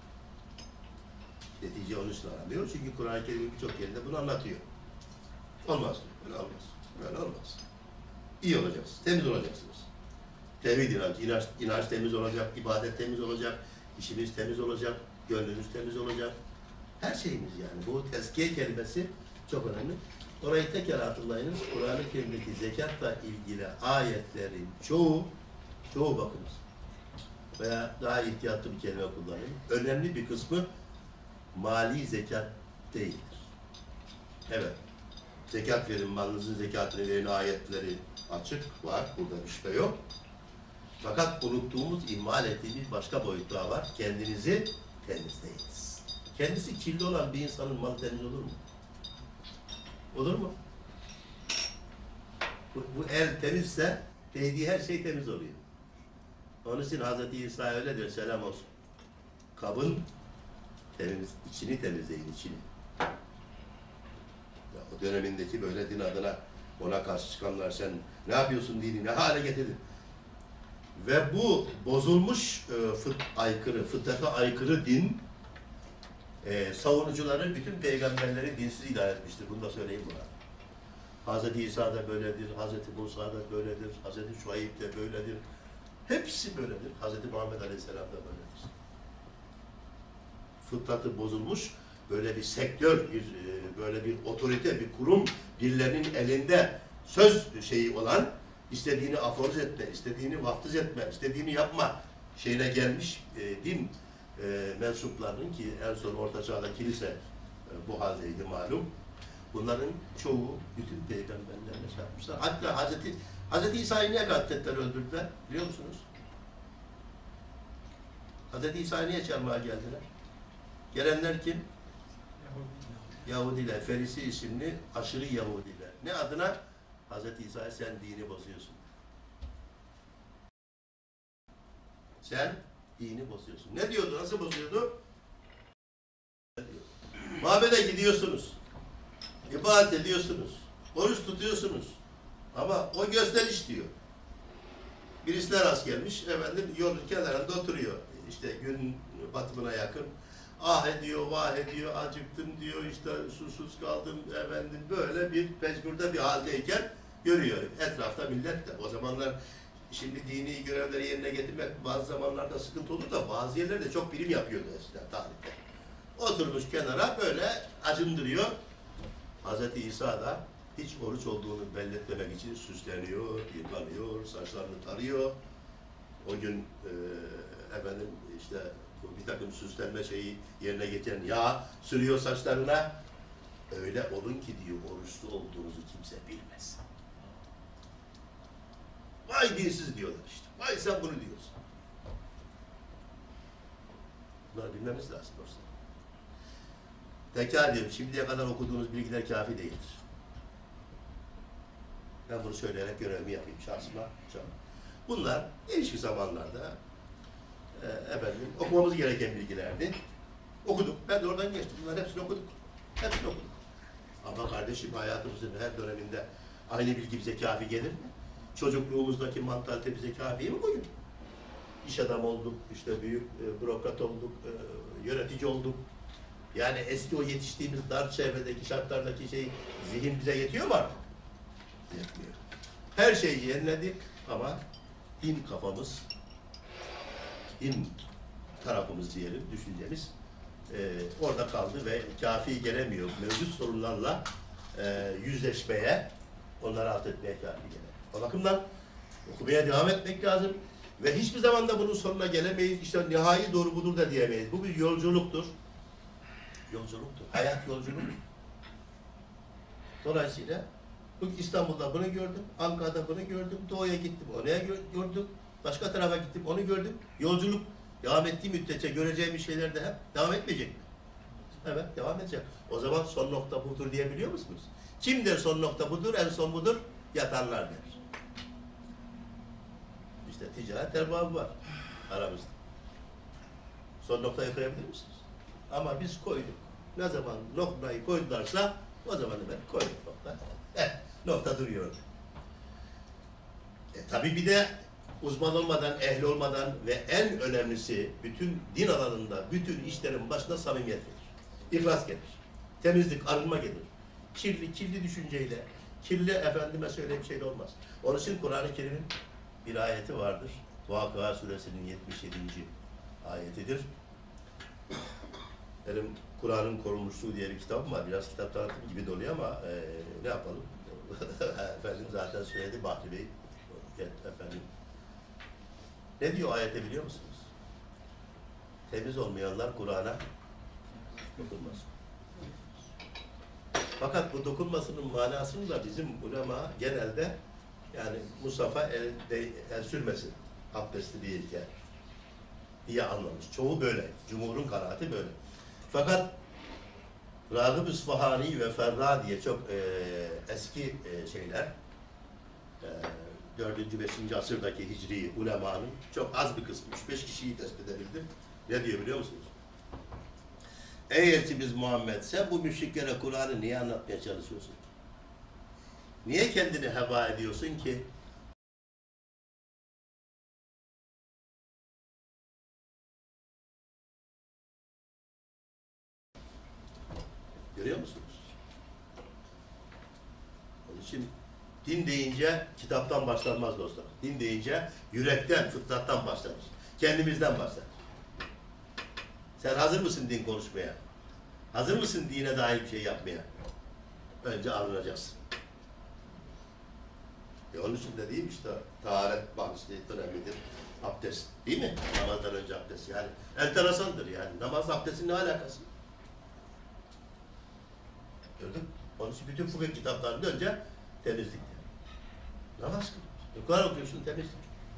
Netice onun için aramıyor. Çünkü Kur'an-ı Kerim birçok yerinde bunu anlatıyor. Olmaz. Böyle olmaz. Böyle olmaz. İyi olacaksınız. Temiz olacaksınız. Tevhid inanç temiz olacak, ibadet temiz olacak, işimiz temiz olacak, gönlümüz temiz olacak. Her şeyimiz yani. Bu tezkiye kelimesi çok önemli. Orayı tekrar hatırlayınız. Kur'an-ı Kerim'deki zekatla ilgili ayetlerin çoğu bakınız. Veya daha ihtiyatlı bir kelime kullanayım. Önemli bir kısmı mali zekat değildir. Evet. Zekat verin, malınızın zekatını verin ayetleri açık var. Burada bir şüphe yok. Fakat unuttuğumuz, ihmal ettiğimiz başka boyut daha var. Kendinizi temizleyiniz. Kendisi kirli olan bir insanın malı temiz olur mu? Olur mu? Bu el temizse değdiği her şey temiz oluyor. Onun için Hz. İsa öyle diyor, selam olsun. Kabın içini temizleyin, içini. Ya, o dönemindeki böyle din adına ona karşı çıkanlar, sen ne yapıyorsun dini, ne hale getirdin? Ve bu bozulmuş fıtrata aykırı din savunucuları bütün peygamberleri dinsiz ilan etmiştir. Bunu da söyleyeyim buna. Hz. İsa da böyledir, Hz. Musa da böyledir, Hz. Şuayb de böyledir. Hepsi böyledir. Hz. Muhammed Aleyhisselam da böyledir. Fıtratı bozulmuş, böyle bir sektör, böyle bir otorite, bir kurum, birilerinin elinde söz şeyi olan, istediğini aforoz etme, istediğini vaftiz etme, istediğini yapma şeyine gelmiş din mensuplarının, ki en son Orta Çağ'da kilise bu haldeydi malum. Bunların çoğu bütün peygamberlerle şey yapmışlar. Hatta Hz. İsa'yı niye katlettiler, öldürdüler biliyor musunuz? Hz. İsa'yı niye çarmıha geldiler? Gelenler kim? Yahudiler. Ferisi isimli aşırı Yahudiler. Ne adına? Hz. İsa'ya sen dini bozuyorsun. Sen dini bozuyorsun. Ne diyordu? Nasıl bozuyordu? Mabede gidiyorsunuz. İbadet ediyorsunuz. Oruç tutuyorsunuz. Ama o gösteriş diyor. Birisine rast gelmiş. Efendim yolun kenarında oturuyor. İşte gün batımına yakın. Ah ediyor, vah ediyor, acıktım diyor, işte susuz kaldım efendim, böyle bir mecburda bir haldeyken görüyor. Etrafta millet de. O zamanlar şimdi dini görevleri yerine getirmek bazı zamanlarda sıkıntı olur da bazı yerlerde çok birim yapıyordu eskiden tarihte. Oturmuş kenara böyle acındırıyor. Hz. İsa da hiç oruç olduğunu belli etmemek için süsleniyor, yıkanıyor, saçlarını tarıyor. O gün efendim işte bir takım süslenme şeyi yerine geçen yağ sürüyor saçlarına. Öyle olun ki diyor, oruçlu olduğunuzu kimse bilmez. Vay dinsiz diyorlar işte. Vay sen bunu diyorsun. Bunları bilmemiz lazım dostlar. Tekrar ediyorum, şimdiye kadar okuduğunuz bilgiler kafi değildir. Ben bunu söyleyerek görevimi yapayım şahsıma. Bunlar değişik zamanlarda efendim okumamız gereken bilgilerdi. Okuduk. Ben de oradan geçtim. Bunların hepsini okuduk. Hepsini okuduk. Ama kardeşim hayatımızın her döneminde aynı bilgi bize kafi gelir mi? Çocukluğumuzdaki mantalite bize kafi mi bugün? İş adamı olduk, işte büyük bürokrat olduk, yönetici olduk. Yani eski o yetiştiğimiz dar çevredeki şartlardaki zihin bize yetiyor mu artık? Yetmiyor. Her şeyi yeniledik ama din kafamız, din tarafımız diyelim, düşüncemiz orada kaldı ve kafi gelemiyor. Mevcut sorunlarla yüzleşmeye, onları alt etmeye kafi gelemiyor. O bakımdan okumaya devam etmek lazım ve hiçbir zaman da bunun sonuna gelemeyiz. İşte nihai doğru budur da diyemeyiz. Bu bir yolculuktur. Yolculuktur. Hayat yolculuğu. Dolayısıyla İstanbul'da bunu gördüm, Ankara'da bunu gördüm, Doğu'ya gittim, oraya gördüm, başka tarafa gittim, onu gördüm. Yolculuk devam ettiği müddetçe göreceğimiz şeyler de hep devam etmeyecek mi? Evet, devam edecek. O zaman son nokta budur diyebiliyor musunuz? Kim der son nokta budur, en son budur? Yatanlar der. İşte ticaret erbabı var aramızda. Son noktayı koyabilir misiniz? Ama biz koyduk. Ne zaman noktayı koydularsa o zaman hemen koyduk nokta. Nokta duruyor. Tabii bir de uzman olmadan, ehli olmadan ve en önemlisi bütün din alanında, bütün işlerin başına samimiyet gelir. İhlas gelir. Temizlik, arınma gelir. Kirli düşünceyle, kirli efendime söyleyeyim şeyle olmaz. Onun için Kur'an-ı Kerim'in bir ayeti vardır. Vakıa Suresinin 77. ayetidir. Benim Kur'an'ın korunmuşluğu diye bir kitabım var. Biraz kitap tanıtım gibi doluyor ama ne yapalım? Efendim zaten söyledi Bahri Bey. Efendim. Ne diyor ayette biliyor musunuz? Temiz olmayanlar Kur'an'a dokunmaz. Fakat bu dokunmasının manasını da bizim ulema genelde yani Musaf'a el sürmesin. Abdestli değilken diye anlamış. Çoğu böyle. Cumhurun kanaati böyle. Fakat Ragıb İsfahani ve Ferra diye çok eski şeyler 4. 5. asırdaki Hicri ulemanın çok az bir kısmı, 3-5 kişiyi tespit edebildim. Ne diyor biliyor musunuz? Ey elçimiz Muhammed, sen bu müşriklere Kur'an'ı niye anlatmaya çalışıyorsun? Niye kendini heba ediyorsun ki? Görüyor musunuz? Onun için din deyince kitaptan başlanmaz dostlar. Din deyince yürekten, fıtrattan başlar. Kendimizden başlar. Sen hazır mısın din konuşmaya? Hazır mısın dine dair bir şey yapmaya? Önce arınacaksın. Onun için de değil mi işte taharet bahsi önemlidir. Abdest değil mi? Namazdan önce abdest yani. Enteresandır yani. Namaz abdestin ne alakası? Gördün mü? Onun için bütün fıkıh kitaplarında önce temizlik. Namaz kıl. Kur'an okuyorsun temizlik.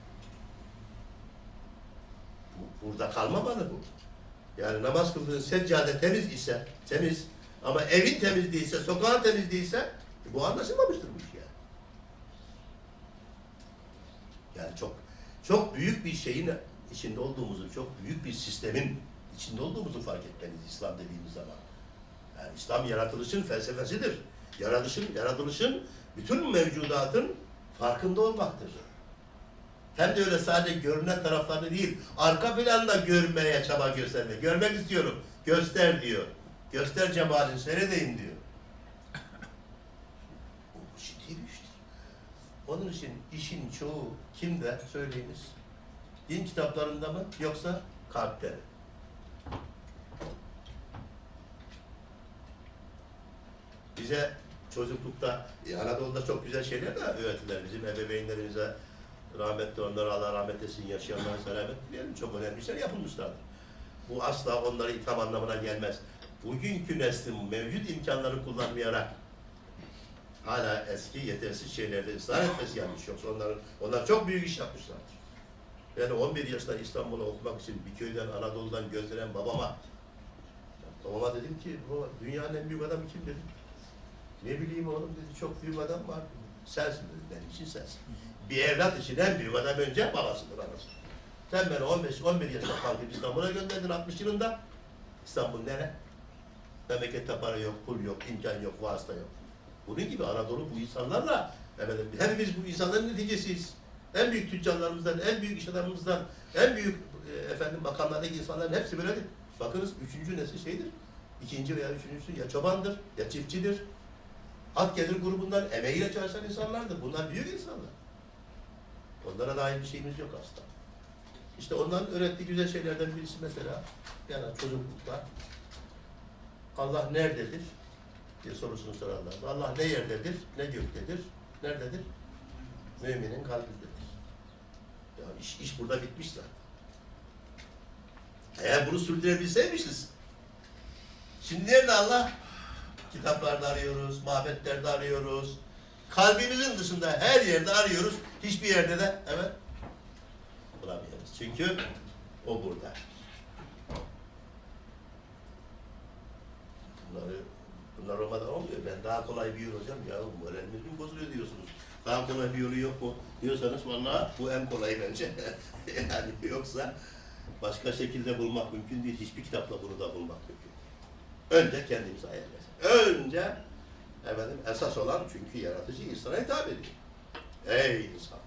Burada kalmamalı bu. Yani namaz kıldığın seccade temiz ise, temiz ama evin temiz değilse, sokağın temiz değilse bu anlaşılmamıştır bu iş yani. Yani çok büyük bir şeyin içinde olduğumuzu, çok büyük bir sistemin içinde olduğumuzu fark etmeliyiz İslam dediğimiz zaman. Yani İslam yaratılışın felsefesidir. Yaratılışın bütün mevcudatın farkında olmaktır. Hem de öyle sadece görünen taraflarını değil, arka planda görmeye çaba gösterme. Görmek istiyorum, göster diyor. Göster cemalini, seyredeyim diyor. Bu ciddi bir iştir. Onun için işin çoğu kimde söyleyiniz? Din kitaplarında mı yoksa kalpte mi? Bize çocuklukta, Anadolu'da çok güzel şeyler de öğrettiler. Bizim ebeveynlerimize rahmetli onlara Allah rahmet etsin, yaşayanlara selamet dilerim. Çok önemli şeyler yapılmışlardır. Bu asla onları itham anlamına gelmez. Bugünkü neslin mevcut imkanları kullanmayarak hala eski yetersiz şeylerde ısrar etmesi yanlış. Yoksa onlar çok büyük iş yapmışlardır. Yani 11 yaşında İstanbul'a okumak için bir köyden, Anadolu'dan gönderen babama Babama dedim ki, baba dünyanın en büyük adamı kim dedim. Ne bileyim oğlum dedi, çok büyük adam var. Sensin dedi, benim için sensin. Bir evlat için en büyük adam önce babasıdır, anası. Sen beni 15-11 yaşında kalkıp İstanbul'a gönderdin 60 yılında. İstanbul nere? Memlekette para yok, pul yok, imkan yok, vasıta yok. Bunun gibi Anadolu bu insanlarla, efendim, hepimiz bu insanların neticesiyiz. En büyük tüccarlarımızdan, en büyük iş adamımızdan, en büyük efendim makamlardaki insanların hepsi böyledir. Bakınız 3. nesil şeydir. 2. veya 3.'sü ya çobandır, ya çiftçidir. At gelir grubundan emeğiyle çalışan insanlardır. Bunlar büyük insanlar. Onlara dair bir şeyimiz yok aslında. İşte onların öğrettiği güzel şeylerden birisi mesela, yani çocuklukta Allah nerededir diye sorusunu sorarlar. Allah ne yerdedir, ne göktedir, nerededir? Müminin kalbindedir. Ya iş burada bitmiş zaten. Eğer bunu sürdürebilseymişiz, şimdi nerede Allah? Kitaplarda arıyoruz, mabetlerde arıyoruz. Kalbimizin dışında her yerde arıyoruz. Hiçbir yerde de evet bulamıyoruz. Çünkü o burada. Bunlar olmadan olmuyor. Ben daha kolay bir yol hocam. Ya moralimiz mi bozuluyor diyorsunuz. Daha kolay bir yolu yok mu diyorsanız vallahi bu en kolay bence. Yani yoksa başka şekilde bulmak mümkün değil. Hiçbir kitapla bunu da bulmak mümkün. Önce kendimizi ayarlayacağız. Önce efendim esas olan çünkü yaratıcı insana hitap ediyor. Ey insan!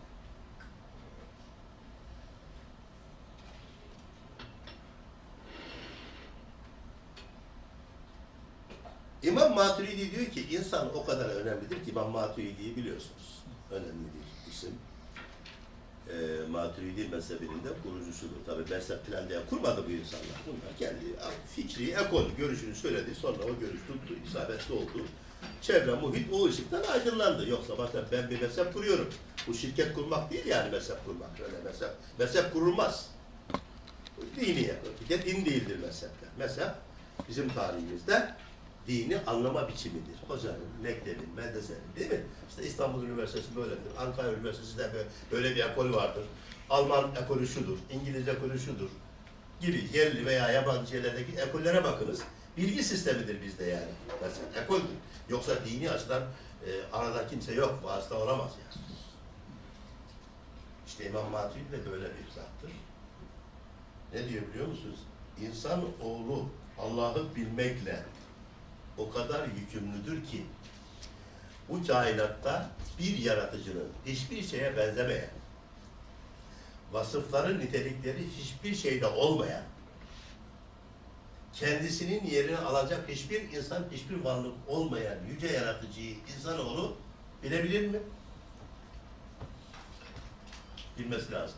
İmam Maturidi diyor ki insan o kadar önemlidir ki İmam Maturidi'yi biliyorsunuz. Önemli bir isim. Maturidi mezhebinin de kurucusudur. Tabi mezhep falan diye kurmadı bu insanlar. Bunlar kendi fikri, ekol görüşünü söyledi. Sonra o görüş tuttu, isabetli oldu. Çevre, muhit o ışıktan aydınlandı. Yoksa bakın ben bir mezhep kuruyorum. Bu şirket kurmak değil yani mezhep kurmak. Öyle mezhep kurulmaz. Dini yapıyor. Bir de din değildir mezhepler. Mezhep bizim tarihimizde dini anlama biçimidir. Hocanın, mektebin, medresenin değil mi? İşte İstanbul Üniversitesi böyledir. Ankara Üniversitesi de böyle bir ekol vardır. Alman ekolü şudur, İngiliz ekolü şudur gibi yerli veya yabancı yerlerdeki ekollere bakınız. Bilgi sistemidir bizde yani. Mesela ekoldür. Yoksa dini açıdan arada kimse yok. Vasıta olamaz yani. İşte İmam Maturidi de böyle bir zattır. Ne diyor biliyor musunuz? İnsan oğlu Allah'ı bilmekle o kadar yükümlüdür ki bu kainatta bir yaratıcının hiçbir şeye benzemeyen, vasıfları, nitelikleri hiçbir şeyde olmayan, kendisinin yerini alacak hiçbir insan, hiçbir varlık olmayan yüce yaratıcıyı insanoğlu bilebilir mi? Bilmesi lazım.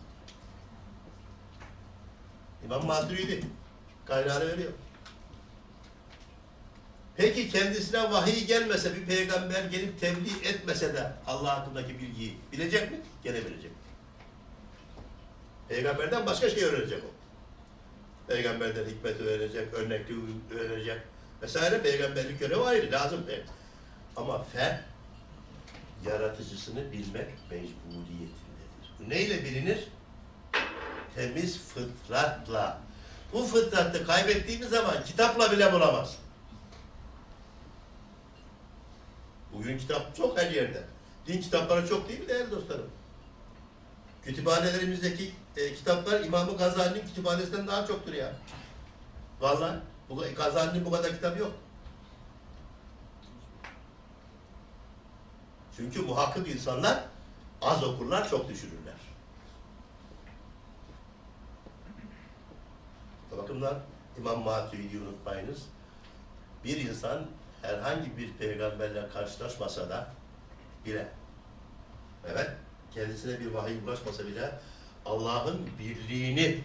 İmam Maturidi kaynağını veriyor. Peki kendisine vahiy gelmese, bir peygamber gelip tebliğ etmese de Allah hakkındaki bilgiyi bilecek mi? Gene bilecek. Peygamberden başka şey öğrenecek o. Peygamberden hikmet öğrenecek, örnekliği öğrenecek vesaire. Peygamberlik görevi ayrı, lazım. Ama yaratıcısını bilmek mecburiyetindedir. Bu neyle bilinir? Temiz fıtratla. Bu fıtratı kaybettiğimiz zaman kitapla bile bulamaz. Bugün kitap çok her yerde. Din kitapları çok değil mi değerli dostlarım? Kütüphanelerimizdeki kitaplar İmam-ı Gazali'nin kütüphanesinden daha çoktur ya. Vallahi Gazali'nin bu kadar kitap yok. Çünkü muhakkik insanlar az okurlar, çok düşürürler. O bakımdan İmam Maturidi'yi unutmayınız. Bir insan herhangi bir peygamberle karşılaşmasa da bile, evet, kendisine bir vahiy ulaşmasa bile Allah'ın birliğini,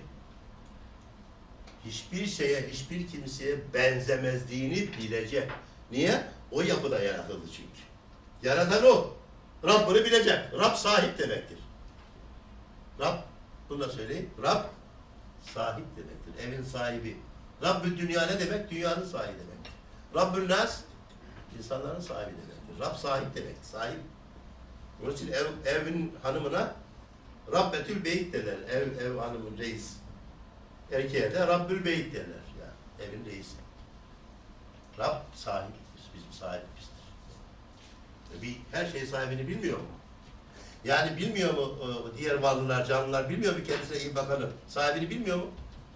hiçbir şeye, hiçbir kimseye benzemezliğini bilecek. Niye? O yapıda yaratıldı çünkü. Yaratan o. Rabbini bilecek. Rab sahip demektir. Rab, bunu da söyleyeyim. Rab sahip demektir. Evin sahibi. Rabbül dünya ne demek? Dünyanın sahibi demektir. Rabbül nas, insanların sahibi demektir. Rab sahip demektir. Sahip. Onun için evin hanımına Rabbetül Beyt derler. Ev hanımın reis. Erkeğe de Rabbül Beyt derler. Yani evin reisi. Rab sahibimiz, bizim sahibimizdir. Her şey sahibini bilmiyor mu? Yani bilmiyor mu diğer varlılar, canlılar bilmiyor mu kendisine iyi bakanı? Sahibini bilmiyor mu?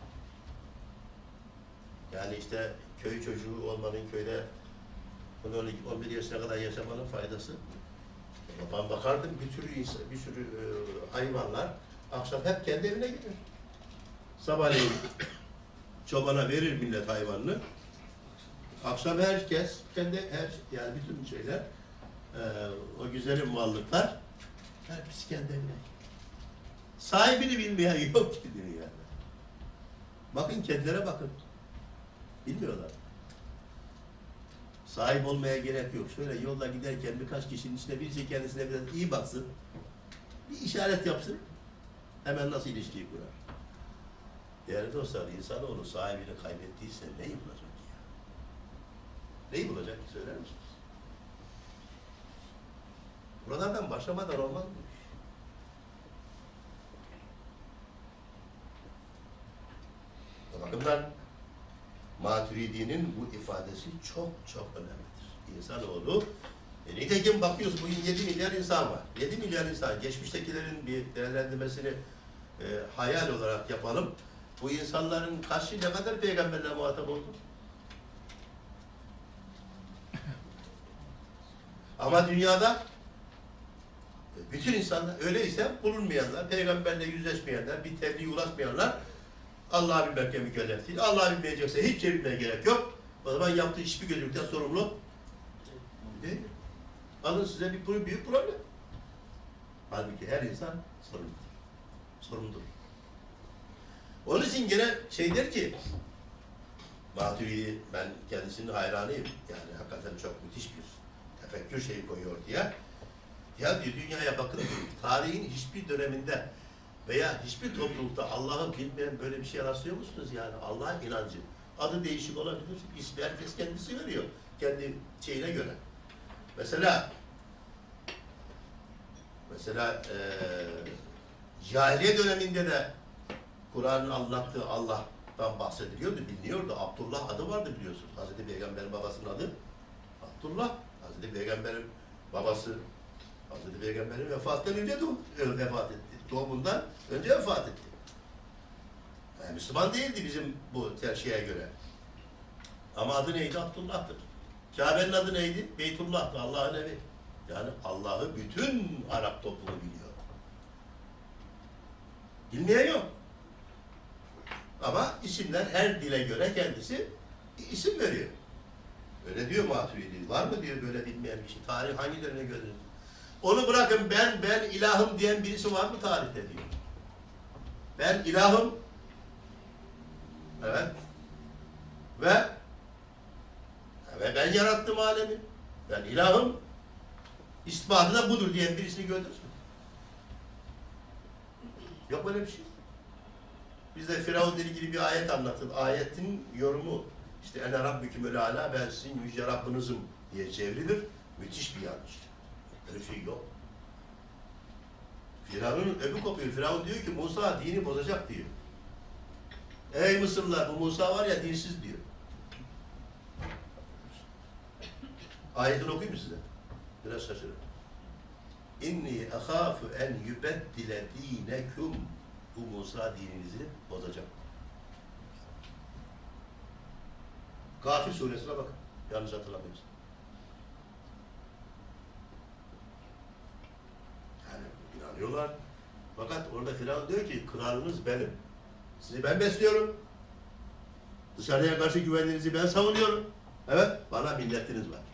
Yani işte köy çocuğu olmanın, köyde 11 yaşına kadar yaşamanın faydası. Ben bakardım bir sürü hayvanlar akşam hep kendi evine gidiyor. Sabahleyin çobana verir millet hayvanını. Akşam herkes yani bütün şeyler o güzelim varlıklar hepsi kendi evine. Sahibini bilmeyen yok ki dünyada. Bakın kendilere bakın. Bilmiyorlar. Sahip olmaya gerek yok. Şöyle yolda giderken birkaç kişinin içinde birisi kendisine biraz iyi baksın. Bir işaret yapsın. Hemen nasıl ilişkiyi kurar? Değerli dostlar, insanoğlu sahibini kaybettiyse neyi bulacak ya? Neyi bulacak ki söyler misiniz? Buralardan başlamadan olmaz mı? O bakımdan Maturidi'nin bu ifadesi çok çok önemlidir. İnsanoğlu, nitekim bakıyoruz bugün 7 milyar insan var. 7 milyar insan, geçmiştekilerin bir değerlendirmesini hayal olarak yapalım. Bu insanların kaçı ne kadar peygamberle muhatap oldu? Ama dünyada bütün insanlar öyleyse bulunmayanlar, peygamberle yüzleşmeyenler, bir tebliğe ulaşmayanlar Allah'ı bilmekle mükellef değil. Allah'ı bilmeyecekse hiç şey bilmeye gerek yok. O zaman yaptığı hiçbir kötülükten sorumlu değil. Alın size bir büyük problem. Halbuki her insan sorumludur. Onun için gene şey der ki, Maturidi, ben kendisinin hayranıyım. Yani hakikaten çok müthiş bir tefekkür şeyi koyuyor diye. Ya diyor, dünyaya bakın, tarihin hiçbir döneminde veya hiçbir toplulukta Allah'ı bilmeyen böyle bir şeye rastlıyor musunuz yani? Allah'a inancı. Adı değişik olabilir. İsmi herkes kendisi veriyor. Kendi şeyine göre. Mesela cahiliye döneminde de Kur'an'ın anlattığı Allah'tan bahsediliyordu, biliniyordu. Abdullah adı vardı biliyorsunuz. Hazreti Peygamber'in babasının adı Abdullah. Hazreti Peygamber'in babası Hazreti Peygamber'in vefatından önce vefat etti. Doğumundan önce vefat etti. Yani Müslüman değildi bizim bu terşiye göre. Ama adı neydi? Abdullah'tır. Kabe'nin adı neydi? Beytullah'tı. Allah'ın evi. Yani Allah'ı bütün Arap toplumu biliyor. Bilmeyen yok. Ama isimler her dile göre kendisi isim veriyor. Öyle diyor Maturidi. Var mı diyor böyle bilmeyen bir şey? Tarih hangilerine göre? Onu bırakın, ben ilahım diyen birisi var mı tarihte diyor. Ben ilahım. Evet. Ve ben yarattım alemi. Ben ilahım. İspatı da budur diyen birisini gördünüz mü? Yok böyle bir şey. Bizde Firavun'la ilgili bir ayet anlatılır. Ayetin yorumu işte ene rabbükümül âlâ, ben sizin yüce Rabbinizim diye çevrilir. Müthiş bir yanlış. Böyle bir şey yok. Firavun'un öbü kopuyor. Firavun diyor ki Musa dini bozacak diyor. Ey Mısırlılar, bu Musa var ya dinsiz diyor. Ayetini okuyayım mı size? Biraz şaşırın. İnni ahâfu en yübeddile dînekum. Bu Musa dininizi bozacak. Gafir suresine bakın. Yanlış hatırlamıyorsun. Yani inanıyorlar. Fakat orada Firavun diyor ki kralınız benim. Sizi ben besliyorum. Dışarıya karşı güvenliğinizi ben savunuyorum. Evet, bana milletiniz var.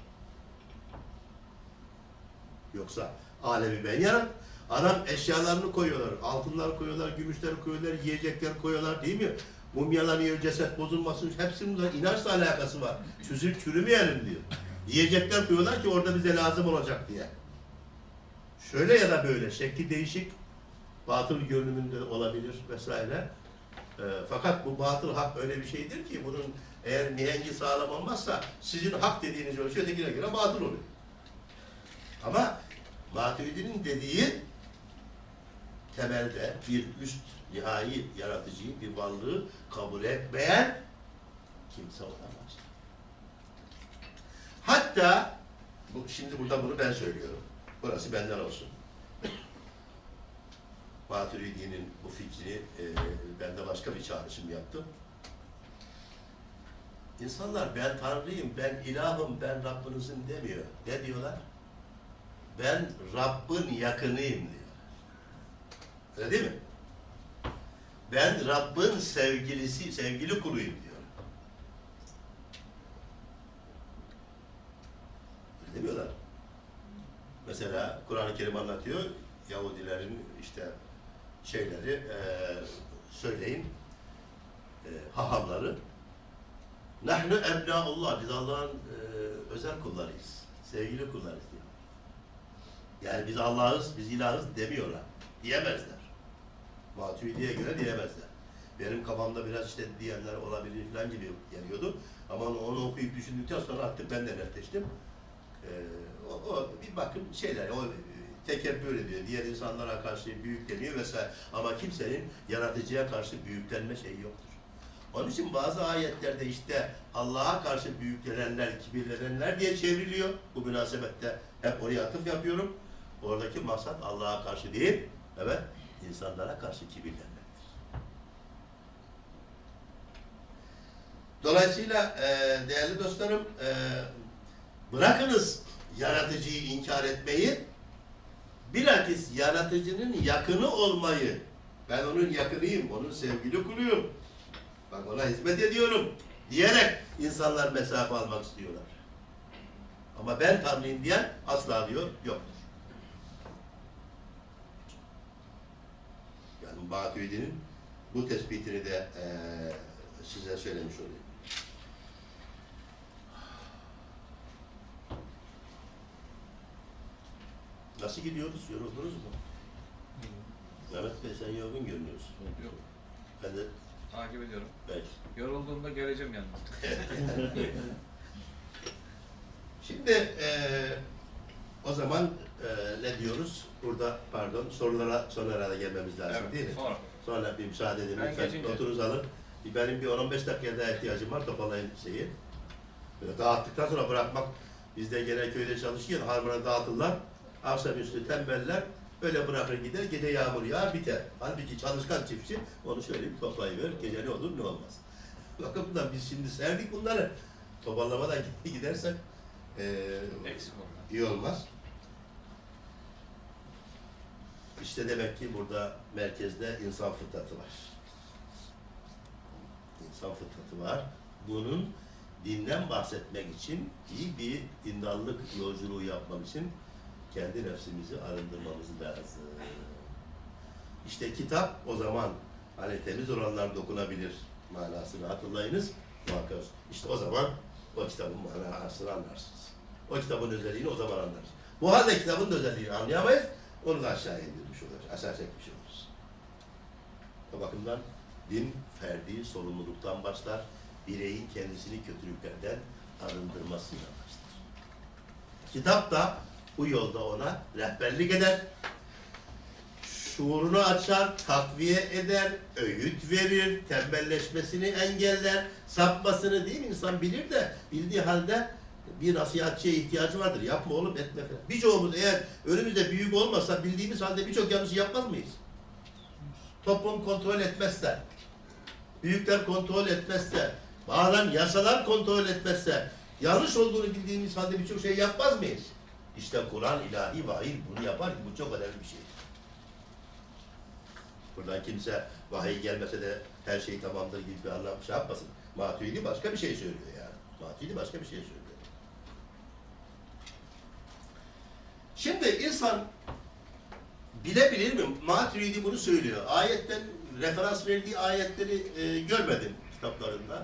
Yoksa alemi ben yarattım. Adam eşyalarını koyuyorlar, altınlar koyuyorlar, gümüşler koyuyorlar, yiyecekler koyuyorlar değil mi? Mumyalanıyor, ceset bozulmasın, hepsinin de inançla alakası var. Çürümeyelim diyor. Yiyecekler koyuyorlar ki orada bize lazım olacak diye. Şöyle ya da böyle, şekli değişik, batıl görünümünde olabilir vesaire. Fakat bu batıl hak öyle bir şeydir ki bunun eğer mihengi sağlam olmazsa sizin hak dediğiniz ölçü ötekine göre batıl oluyor. Ama Maturidi'nin dediği temelde bir üst, nihai yaratıcıyı, bir varlığı kabul etmeyen kimse olamaz. Hatta şimdi burada bunu ben söylüyorum. Burası benden olsun. Maturidi'nin bu fikrini ben de başka bir çağrışım yaptım. İnsanlar ben Tanrıyım, ben ilahım, ben Rabbinizim demiyor. Ne diyorlar? Ben Rabbin yakınıyım diyor. Öyle değil mi? Ben Rabbin sevgilisi, sevgili kuluyum diyor. Öyle demiyorlar. Mesela Kur'an-ı Kerim anlatıyor, Yahudilerin işte şeyleri söyleyin, hahamları. Nahnu ebnaullah, biz Allah'ın özel kullarıyız, sevgili kullarıyız diyor. Yani biz Allah'ız, biz ilahız demiyorlar, diyemezler. Maturidi'ye göre diyemezler. Benim kafamda biraz işte diyenler olabilir falan gibi geliyordu. Ama onu okuyup düşündükten sonra artık ben de netleştim. O bir bakın şeyler, o tekebbür ediyor, diğer insanlara karşı büyükleniyor vesaire. Ama kimsenin yaratıcıya karşı büyüklenme şeyi yoktur. Onun için bazı ayetlerde işte Allah'a karşı büyüklenenler, kibirlenenler diye çevriliyor. Bu münasebette hep oraya atıf yapıyorum. Oradaki maksat Allah'a karşı değil, evet, insanlara karşı kibirlenmektir. Dolayısıyla değerli dostlarım, bırakınız yaratıcıyı inkar etmeyi, bilakis yaratıcının yakını olmayı, ben onun yakınıyım, onun sevgili kuluyum, bak ona hizmet ediyorum diyerek insanlar mesafe almak istiyorlar. Ama ben Tanrıyım diyen asla diyor yoktur. Yani Maturidi'nin bu tespitini de size söylemiş olayım. Nasıl gidiyoruz? Yoruldunuz mu? Mehmet Bey sen yorgun görünüyorsun. Yok. Ben de Takip ediyorum. belki. Yorulduğumda geleceğim yanına. Şimdi o zaman ne diyoruz? Burada pardon sorulara son herhalde gelmemiz lazım Evet, değil mi? sonra. Sonra bir müsaade edin Ben lütfen. geçince. Notunuzu alın. Benim bir 10-15 dakikaya daha ihtiyacım var. Toparlayın şeyi. Böyle dağıttıktan sonra bırakmak. Biz de genel köyde çalışıyor. Harmana dağıtırlar. Akşamüstü tembeller. Öyle bırakır gider. Gece yağmur yağar biter. Halbuki çalışkan çiftçi onu şöyle bir toplayıverir. Gece ne olur ne olmaz. Bakın biz şimdi serdik bunları. Toparlamadan gidersek Eksik oldu. iyi olmaz. İşte demek ki burada merkezde insan fıtratı var. İnsan fıtratı var. Bunun dinden bahsetmek için iyi bir dindarlık yolculuğu yapmam için kendi nefsimizi arındırmamız lazım. İşte kitap o zaman hani temiz olanlar dokunabilir manasını hatırlayınız. Muhakkak. İşte o zaman o kitabın manasını anlarsınız. O kitabın özelliğini o zaman anlarız. Bu halde kitabın özelliğini anlayamayız. Onu da aşağı indirmiş oluruz. Aşağı çekmiş oluruz. O bakımdan din ferdi sorumluluktan başlar. Bireyin kendisini kötülüklerden arındırmasıyla başlar. Kitap da bu yolda ona rehberlik eder. Şuurunu açar, takviye eder, öğüt verir, tembelleşmesini engeller, sapmasını değil mi? İnsan bilir de bildiği halde bir nasihatçiye ihtiyacı vardır. Yapma oğlum, etme falan. Birçoğumuz eğer önümüzde büyük olmasa bildiğimiz halde birçok yanlış yapmaz mıyız? Toplum kontrol etmezse, büyükler kontrol etmezse, bazen yasalar kontrol etmezse, yanlış olduğunu bildiğimiz halde birçok şey yapmaz mıyız? İşte Kur'an, ilahi vahiy bunu yapar ki bu çok önemli bir şey. Buradan kimse vahiy gelmese de her şey tamamdır gibi bir anlam şey yapmasın. Maturidi başka bir şey söylüyor yani. Maturidi başka bir şey söylüyor. Şimdi insan bilebilir mi? Maturidi bunu söylüyor. Ayetten referans verdiği ayetleri görmedim kitaplarında.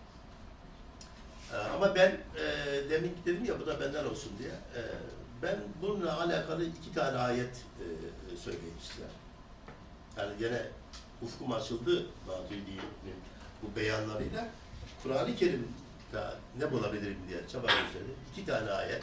Ama ben demin dedim ya bu da benden olsun diye. Ben bununla alakalı 2 tane ayet söyleyeyim size. Yani gene ufkum açıldı Maturidi'nin bu beyanlarıyla. Kur'an-ı Kerim'de ne bulabilirim diye çaba gösterdim. 2 tane ayet.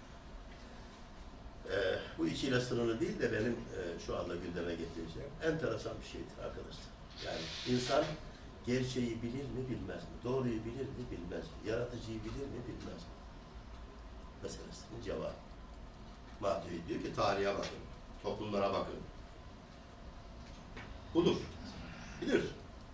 Bu 2 ile sınırlı değil de benim şu anda gündeme getireceğim enteresan bir şeydir arkadaşlar. Yani insan gerçeği bilir mi bilmez mi? Doğruyu bilir mi bilmez mi? Yaratıcıyı bilir mi bilmez mi? meselesinin cevabı. Maturidi diyor ki tarihe bakın, toplumlara bakın. Budur. Bilir.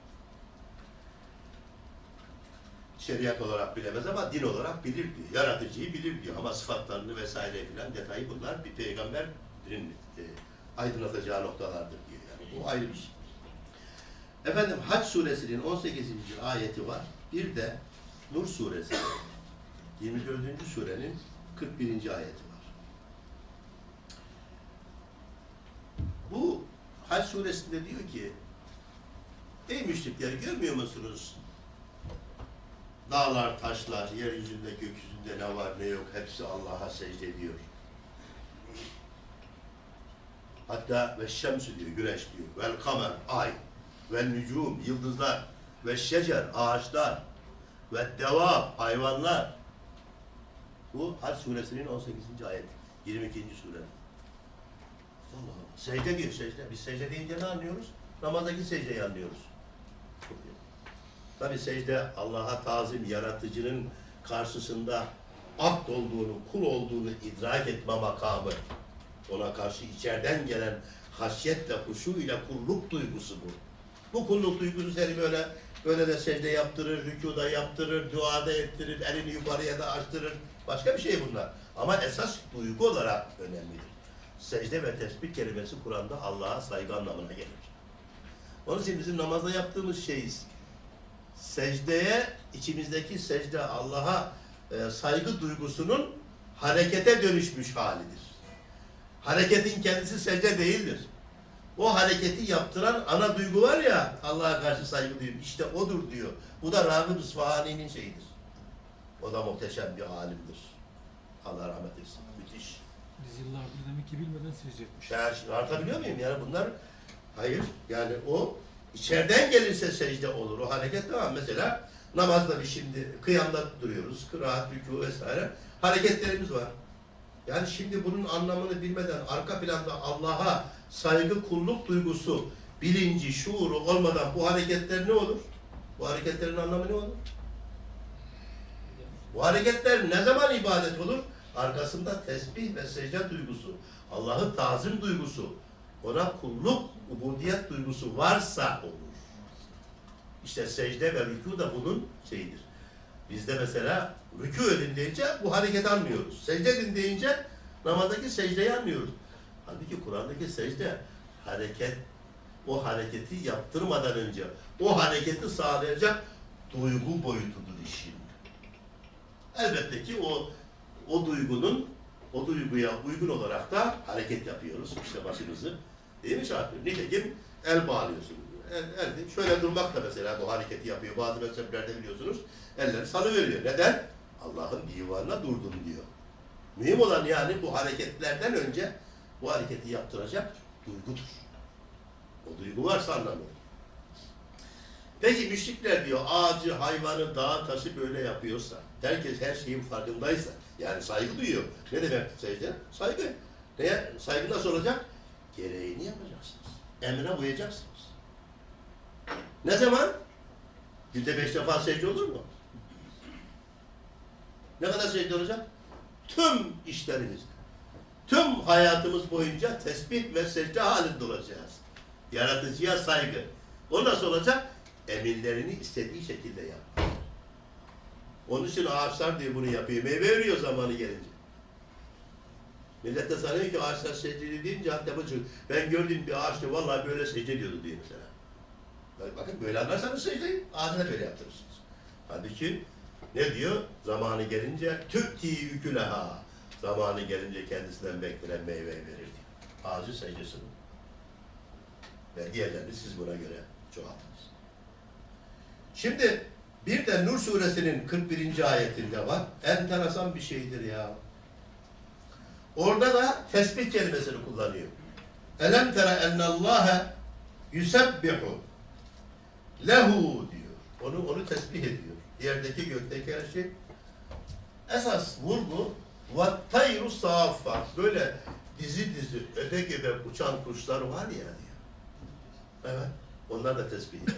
Şeriat olarak bilemez ama din olarak bilir diyor. Yaratıcıyı bilir diyor ama sıfatlarını vesaire filan detayı bunlar bir peygamberin aydınlatacağı noktalardır diyor. Yani bu ayrı bir şey. Efendim Hac suresinin 18. ayeti var. Bir de Nur suresi 24. surenin 41. ayeti var. Bu Hac suresinde diyor ki ey müşrikler görmüyor musunuz? Dağlar, taşlar, yeryüzünde, gökyüzünde ne var ne yok hepsi Allah'a secde ediyor. Hatta ve şemsü diyor, güneş diyor. Vel kamer, ay. Ve nücum, yıldızlar. Ve şecer, ağaçlar. Ve devab, hayvanlar. Bu Hac suresinin 18. ayet. 22. sure. Allah Allah. Secde diyor, secde. Biz secde deyince ne anlıyoruz? Namazdaki secdeyi anlıyoruz. Tabi secde Allah'a tazim, yaratıcının karşısında abd olduğunu, kul olduğunu idrak etme makamı. Ona karşı içeriden gelen haşyetle, huşuyla kulluk duygusu bu. Bu kulluk duygusu seni böyle de secde yaptırır, rükuda yaptırır, duada ettirir, elini yukarıya da açtırır. Başka bir şey bunlar. Ama esas duygu olarak önemlidir. Secde ve tesbih kelimesi Kur'an'da Allah'a saygı anlamına gelir. Onun için bizim namazda yaptığımız şey secdeye, içimizdeki secde Allah'a saygı duygusunun harekete dönüşmüş halidir. Hareketin kendisi secde değildir. O hareketi yaptıran ana duygu var ya, Allah'a karşı saygı duyuyor. İşte odur diyor. Bu da Râgıb İsfahani'nin şeyidir. O da muhteşem bir alimdir. Allah rahmet etsin. Müthiş. Biz yıllardır demek ki bilmeden secde etmiş. Yani artabiliyor muyum? Yani bunlar, hayır. Yani o içeriden gelirse secde olur. O hareket tamam. Mesela namazda bir şimdi kıyamda duruyoruz. Kıraat, rükû vesaire. Hareketlerimiz var. Yani şimdi bunun anlamını bilmeden arka planda Allah'a saygı, kulluk duygusu, bilinci, şuuru olmadan bu hareketler ne olur? Bu hareketlerin anlamı ne olur? Bu hareketler ne zaman ibadet olur? Arkasında tesbih ve secde duygusu, Allah'ı tazim duygusu, ona kulluk, ubudiyet duygusu varsa olur. İşte secde ve rükû da bunun şeyidir. Bizde mesela rükû edin deyince bu hareketi anlıyoruz. Secde edin deyince namazdaki secdeyi anlıyoruz. Halbuki Kur'an'daki secde hareket, o hareketi yaptırmadan önce o hareketi sağlayacak duygu boyutudur işin. Elbette ki o duyguya uygun olarak da hareket yapıyoruz. İşte başımızı, değil mi şartlı? Nitekim el bağlıyorsun. El şöyle durmak da mesela bu hareketi yapıyor. Bazı mezheplerde biliyorsunuz elleri salıveriyor. Neden? Allah'ın divanına durdum diyor. Mühim olan yani bu hareketlerden önce bu hareketi yaptıracak duygudur. O duygu varsa anlamıyor. Peki müşrikler diyor ağacı, hayvanı, dağı, taşı böyle yapıyorsa, herkes her şeyin farkındaysa, yani saygı duyuyor. Ne demek secde? Saygı. Neye? Saygı nasıl olacak? Gereğini yapacaksınız. Emre uyacaksınız. Ne zaman? Günde 5 defa secde olur mu? Ne kadar secde olacak? Tüm işlerimizde. Tüm hayatımız boyunca tesbih ve secde halinde olacağız. Yaratıcıya saygı. O nasıl olacak? Emirlerini istediği şekilde yap. Onun için ağaçlar diye bunu yapıyor. Meyve veriyor zamanı gelince. Millet de sanıyor ki ağaçlar secde deyince hatta bu çocuk. Ben gördüğüm bir ağaçta vallahi böyle secde ediyordu diyor mesela. Bakın böyle anlarsanız secdeyi ağacına böyle yaptırırsınız. Halbuki ne diyor? Zamanı gelince tü'ti üküleha. Zamanı gelince kendisinden beklenen meyve verir diyor. Ağacı secdesini. Ve diğerlerini siz buna göre çoğaltınız. Şimdi bir de Nur suresinin 41. ayetinde var. Enteresan bir şeydir ya. Orada da tesbih kelimesini kullanıyor. Elem tere ennallâhe yusebbihu lehu diyor. Onu tesbih ediyor. Yerdeki gökteki her şey. Esas vurgu vattayru safat. Böyle dizi dizi öde göbek uçan kuşlar var ya diyor. Evet. Onlar da tesbih ediyor.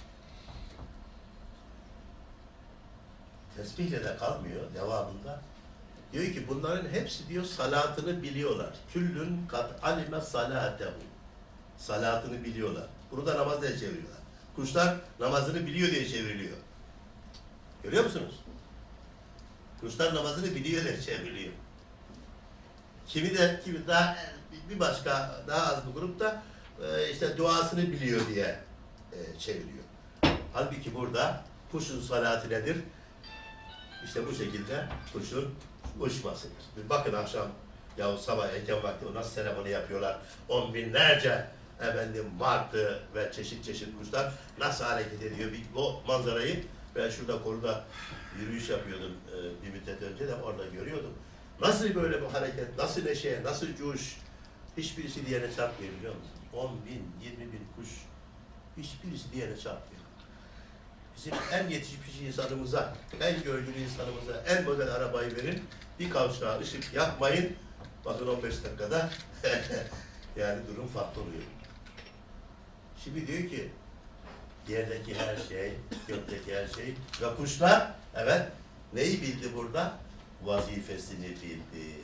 Tesbihle de kalmıyor devamında. Diyor ki bunların hepsi diyor salatını biliyorlar. Küllün kat alime salatehu. Salatını biliyorlar. Bunu da namaz diye çeviriyorlar. Kuşlar namazını biliyor diye çevriliyor. Görüyor musunuz? Kuşlar namazını biliyor diye çevriliyor. Kimi daha bir başka daha az bir grupta işte duasını biliyor diye çeviriyor. Halbuki burada kuşun salatı nedir? İşte bu şekilde kuşun uçmasıdır. Bir bakın akşam ya sabah erken vakti o nasıl seremoni yapıyorlar. On binlerce martı ve çeşit çeşit kuşlar nasıl hareket ediyor. O manzarayı ben şurada koruda yürüyüş yapıyordum bir müddet önce de orada görüyordum. Nasıl böyle bir hareket, nasıl neşe, nasıl coş, hiçbirisi diğerine çarpmıyor biliyor musunuz? 10 bin, 20 bin kuş, hiçbirisi diğerine çarpmıyor. Bizim en yetişmiş insanımıza, en görgülü insanımıza en model arabayı verin, bir kavşağa ışık yakmayın, bakın 15 dakikada yani durum farklı oluyor. Şimdi diyor ki, yerdeki her şey, gökteki her şey ve kuşlar, evet, neyi bildi burada? Vazifesini bildi.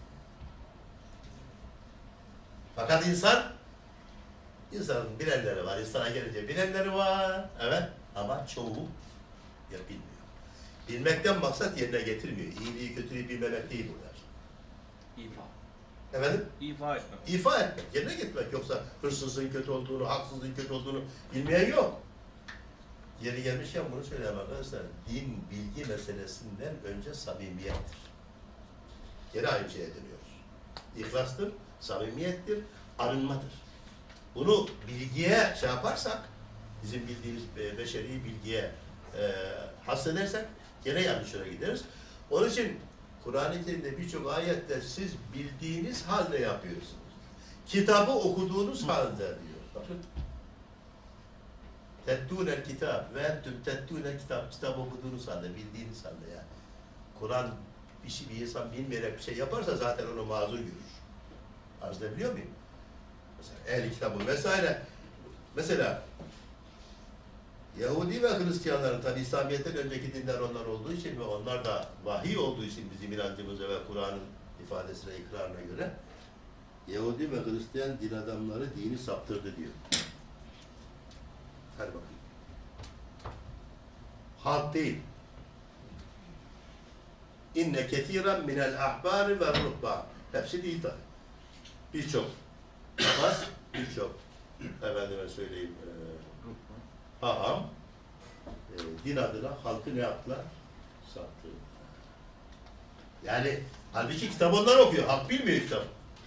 Fakat insanın bilenleri var, insana gelince bilenleri var, evet, ama çoğu ya bilmiyor. Bilmekten maksat yerine getirmiyor. İyiliği, kötülüğü bilmemek değil burada. İfa. Efendim? İfa etmek. İfa etmek, yerine getirmek. Yoksa hırsızlığın kötü olduğunu, haksızlığın kötü olduğunu bilmeyen yok. Yeri gelmişken bunu söyleyeyim arkadaşlar. Din, bilgi meselesinden önce samimiyettir. Geri aynı şeye dönüyoruz. İhlastır, samimiyettir, arınmadır. Bunu bilgiye şey yaparsak, bizim bildiğimiz beşeri bilgiye hasredersek gene yanlış yere gideriz. Onun için Kur'an-ı Kerim'de birçok ayette siz bildiğiniz halde yapıyorsunuz. Kitabı okuduğunuz halde diyor. Bakın. Tettûnel kitap ve entüm tettûnel kitap. Kitap okuduğunuz halde, bildiğiniz halde yani. Kur'an bir insan bilmeyerek bir şey yaparsa zaten onu mazur görür. Arz edebiliyor muyum? Mesela ehl-i kitabı vesaire. Mesela Yahudi ve Hristiyanların tabi İslamiyet'ten önceki dinler onlar olduğu için ve onlar da vahiy olduğu için bizim inancımıza ve Kur'an'ın ifadesine, ikrarına göre Yahudi ve Hristiyan din adamları dini saptırdı diyor. Hadi bakayım. Halk değil. İnne kethiren minel ahbari ve ruhban. Hepsi değil tabi. Birçok namaz, birçok efendime söyleyeyim haham din adına halkı ne yaptılar? Sattı. Yani halbuki kitap onlar okuyor. Halk bilmiyor kitap.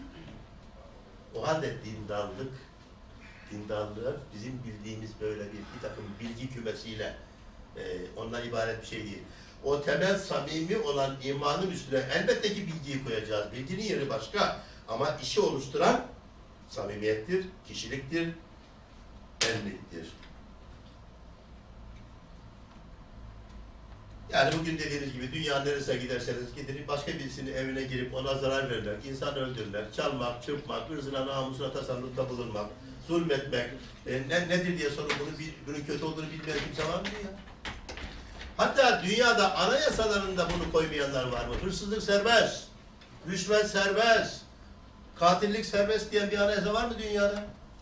O halde dindarlık bizim bildiğimiz böyle bir takım bilgi kümesiyle ondan ibaret bir şey değil. O temel samimi olan imanın üstüne elbette ki bilgiyi koyacağız. Bilginin yeri başka. Ama işi oluşturan samimiyettir, kişiliktir, benliktir. Yani bugün dediğiniz gibi dünya neresine giderseniz gidin, başka birisinin evine girip ona zarar verirler, insan öldürürler, çalmak, çırpmak, ırzına, namusuna tasarrufta bulunmak, zulmetmek, nedir diye sorun bunun kötü olduğunu bilmeyen kimse var mı ya? Hatta dünyada anayasalarında bunu koymayanlar var mı? Hırsızlık serbest, rüşvet serbest, katillik serbest diyen bir anayasa var mı dünyada?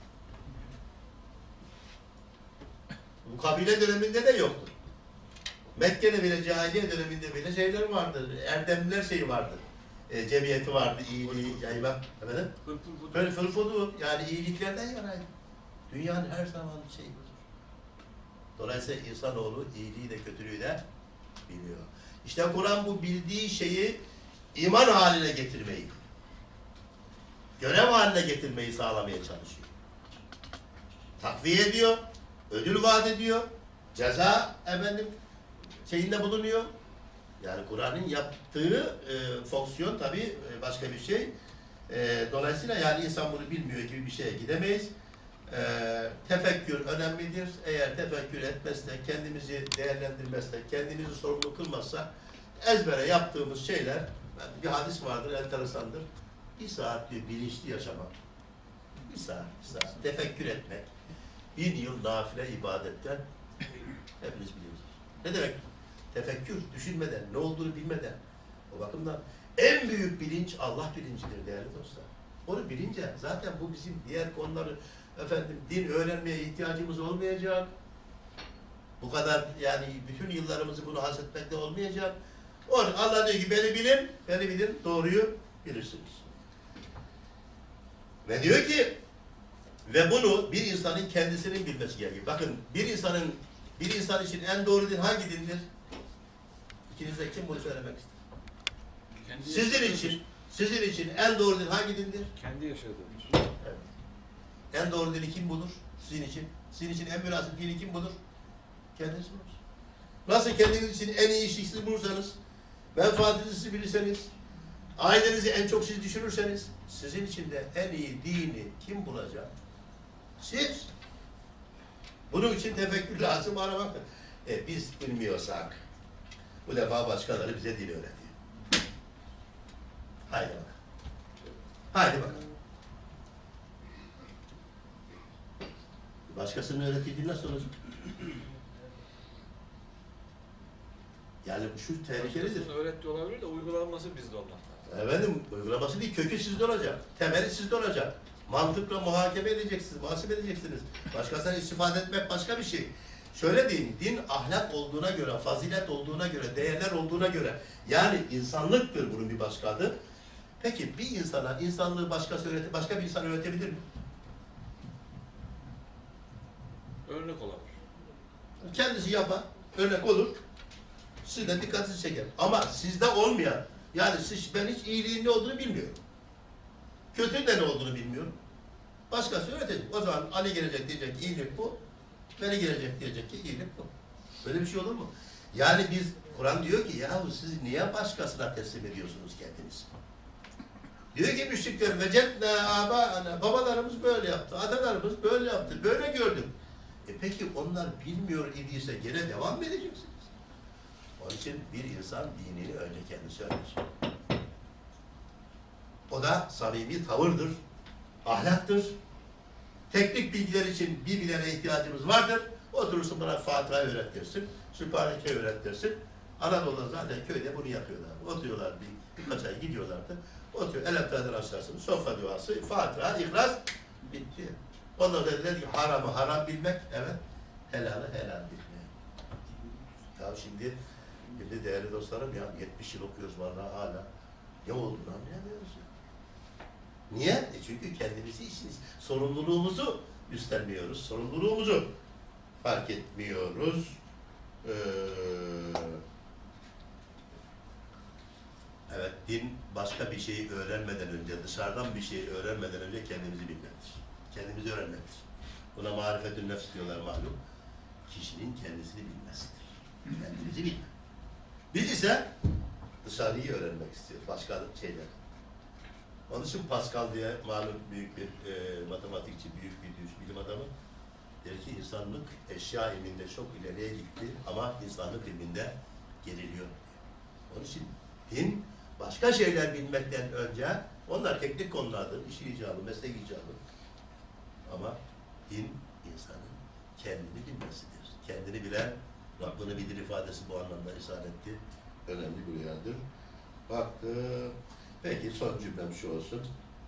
Bu kabile döneminde de yoktu. Mekke'de bile, cahiliye döneminde bile şeyler vardı, erdemliler şeyi vardı. Cemiyeti vardı, iyiliği yaymak. Efendim? Böyle fırfıdır, yani iyiliklerden yanaydı. Dünyanın her zaman şeyi budur. Dolayısıyla insanoğlu iyiliği de kötülüğü de biliyor. İşte Kur'an bu bildiği şeyi iman haline getirmeyi, görev haline getirmeyi sağlamaya çalışıyor. Takviye ediyor, ödül vaat ediyor, ceza şeyinde bulunuyor. Yani Kur'an'ın yaptığı fonksiyon tabii başka bir şey. Dolayısıyla yani insan bunu bilmiyor gibi bir şeye gidemeyiz. Tefekkür önemlidir. Eğer tefekkür etmezsek, kendimizi değerlendirmezsek, kendimizi sorumlu kılmazsak ezbere yaptığımız şeyler, bir hadis vardır, enteresandır. Bir saat diyor bilinçli yaşamak. Bir saat tefekkür etmek. 1000 yıl nafile ibadetten hepiniz biliyorsunuz. Ne demek? Tefekkür, düşünmeden, ne olduğunu bilmeden. O bakımdan En büyük bilinç Allah bilincidir değerli dostlar. Onu bilince zaten bu bizim diğer konuları din öğrenmeye ihtiyacımız olmayacak. Bu kadar yani bütün yıllarımızı bunu hasretmekte olmayacak. Allah diyor ki beni bilin, doğruyu bilirsiniz. Ve diyor ki ve bunu bir insanın kendisinin bilmesi gerekiyor. Bakın bir insan için en doğru din hangi dindir? İkinizde kim bunu söylemek ister? Sizin için en doğru din hangi dindir? Kendi yaşadığımız. Evet. En doğru dini kim bulur? Sizin için. Sizin için en münasip dini kim bulur? Kendiniz bulur. Nasıl kendiniz için en iyi işi siz bulursanız, menfaatinizi siz bilirseniz, ailenizi en çok siz düşünürseniz, sizin için de en iyi dini kim bulacak? Siz. Bunun için tefekkür lazım, aramak. Biz bilmiyorsak, bu defa başkaları bize dil öğretiyor. Haydi bakalım. Haydi bakalım. Başkasının öğrettiği dil nasıl olacak? Yani şu tehlikelidir. Başkasının öğrettiği olabilir de uygulanması bizde olmak lazım. Efendim, uygulaması değil, kökü sizde olacak. Temeli sizde olacak. Mantıkla muhakeme edeceksiniz, muhasebe edeceksiniz. Başkasından istifade etmek başka bir şey. Şöyle diyeyim, din ahlak olduğuna göre, fazilet olduğuna göre, değerler olduğuna göre, yani insanlıktır bunun bir başka adı. Peki bir insana insanlığı başka bir insan öğretebilir mi? Örnek olabilir. Kendisi yapar, örnek olur. Sizden dikkatinizi çeker. Ama sizde olmayan, yani ben hiç iyiliğin ne olduğunu bilmiyorum. Kötünün de ne olduğunu bilmiyorum. Başkası öğretecek. O zaman Ali gelecek diyecek ki iyilik bu. Veli gelecek diyecek ki iyilik bu. Böyle bir şey olur mu? Yani Kur'an diyor ki yahu siz niye başkasına teslim ediyorsunuz kendinizi? Diyor ki müşrikler vecetne babalarımız böyle yaptı, atalarımız böyle yaptı, böyle gördüm. Peki onlar bilmiyor idiyse gene devam mı edeceksiniz? Onun için bir insan dinini önce kendisi öğrenir. O da samimi tavırdır, ahlaktır. Teknik bilgiler için bir bilene ihtiyacımız vardır. Oturursun bana Fatiha öğretirsin, Sübhaneke öğretirsin. Anadolu'da zaten köyde bunu yapıyorlar. Oturuyorlar birkaç ay gidiyorlardı. Oturuyor, el-Efra'dan aşağısını, sofra duası, Fatiha, İhlas, bitti. Ondan sonra dediler ki haramı haram bilmek, evet, helalı helal bilmek. Ya şimdi değerli dostlarım ya 70 yıl okuyoruz vallahi hala. Ne olduğunu anlayamıyoruz ya. Niye? Çünkü kendimizi işiniz, sorumluluğumuzu üstlenmiyoruz, sorumluluğumuzu fark etmiyoruz. Evet, din başka bir şeyi öğrenmeden önce, dışarıdan bir şey öğrenmeden önce kendimizi bilmektir. Kendimizi öğrenmektir. Buna marifetün nefs diyorlar malum. Kişinin kendisini bilmesidir. Kendimizi bilmek. Biz ise dışarıyı öğrenmek istiyoruz. Başka şeyler. Onun için Pascal diye malum büyük bir matematikçi, büyük bir bilim adamı der ki insanlık eşya ilminde çok ileriye gitti ama insanlık ilminde geriliyor. Onun için din başka şeyler bilmekten önce onlar teknik konulardır, işi icabı, meslek icabı. Ama din insanın kendini bilmesidir. Kendini bilen Rabbini bilir ifadesi bu anlamda isaretli, önemli bir yerdir. Baktım. Peki son cümlem şu olsun.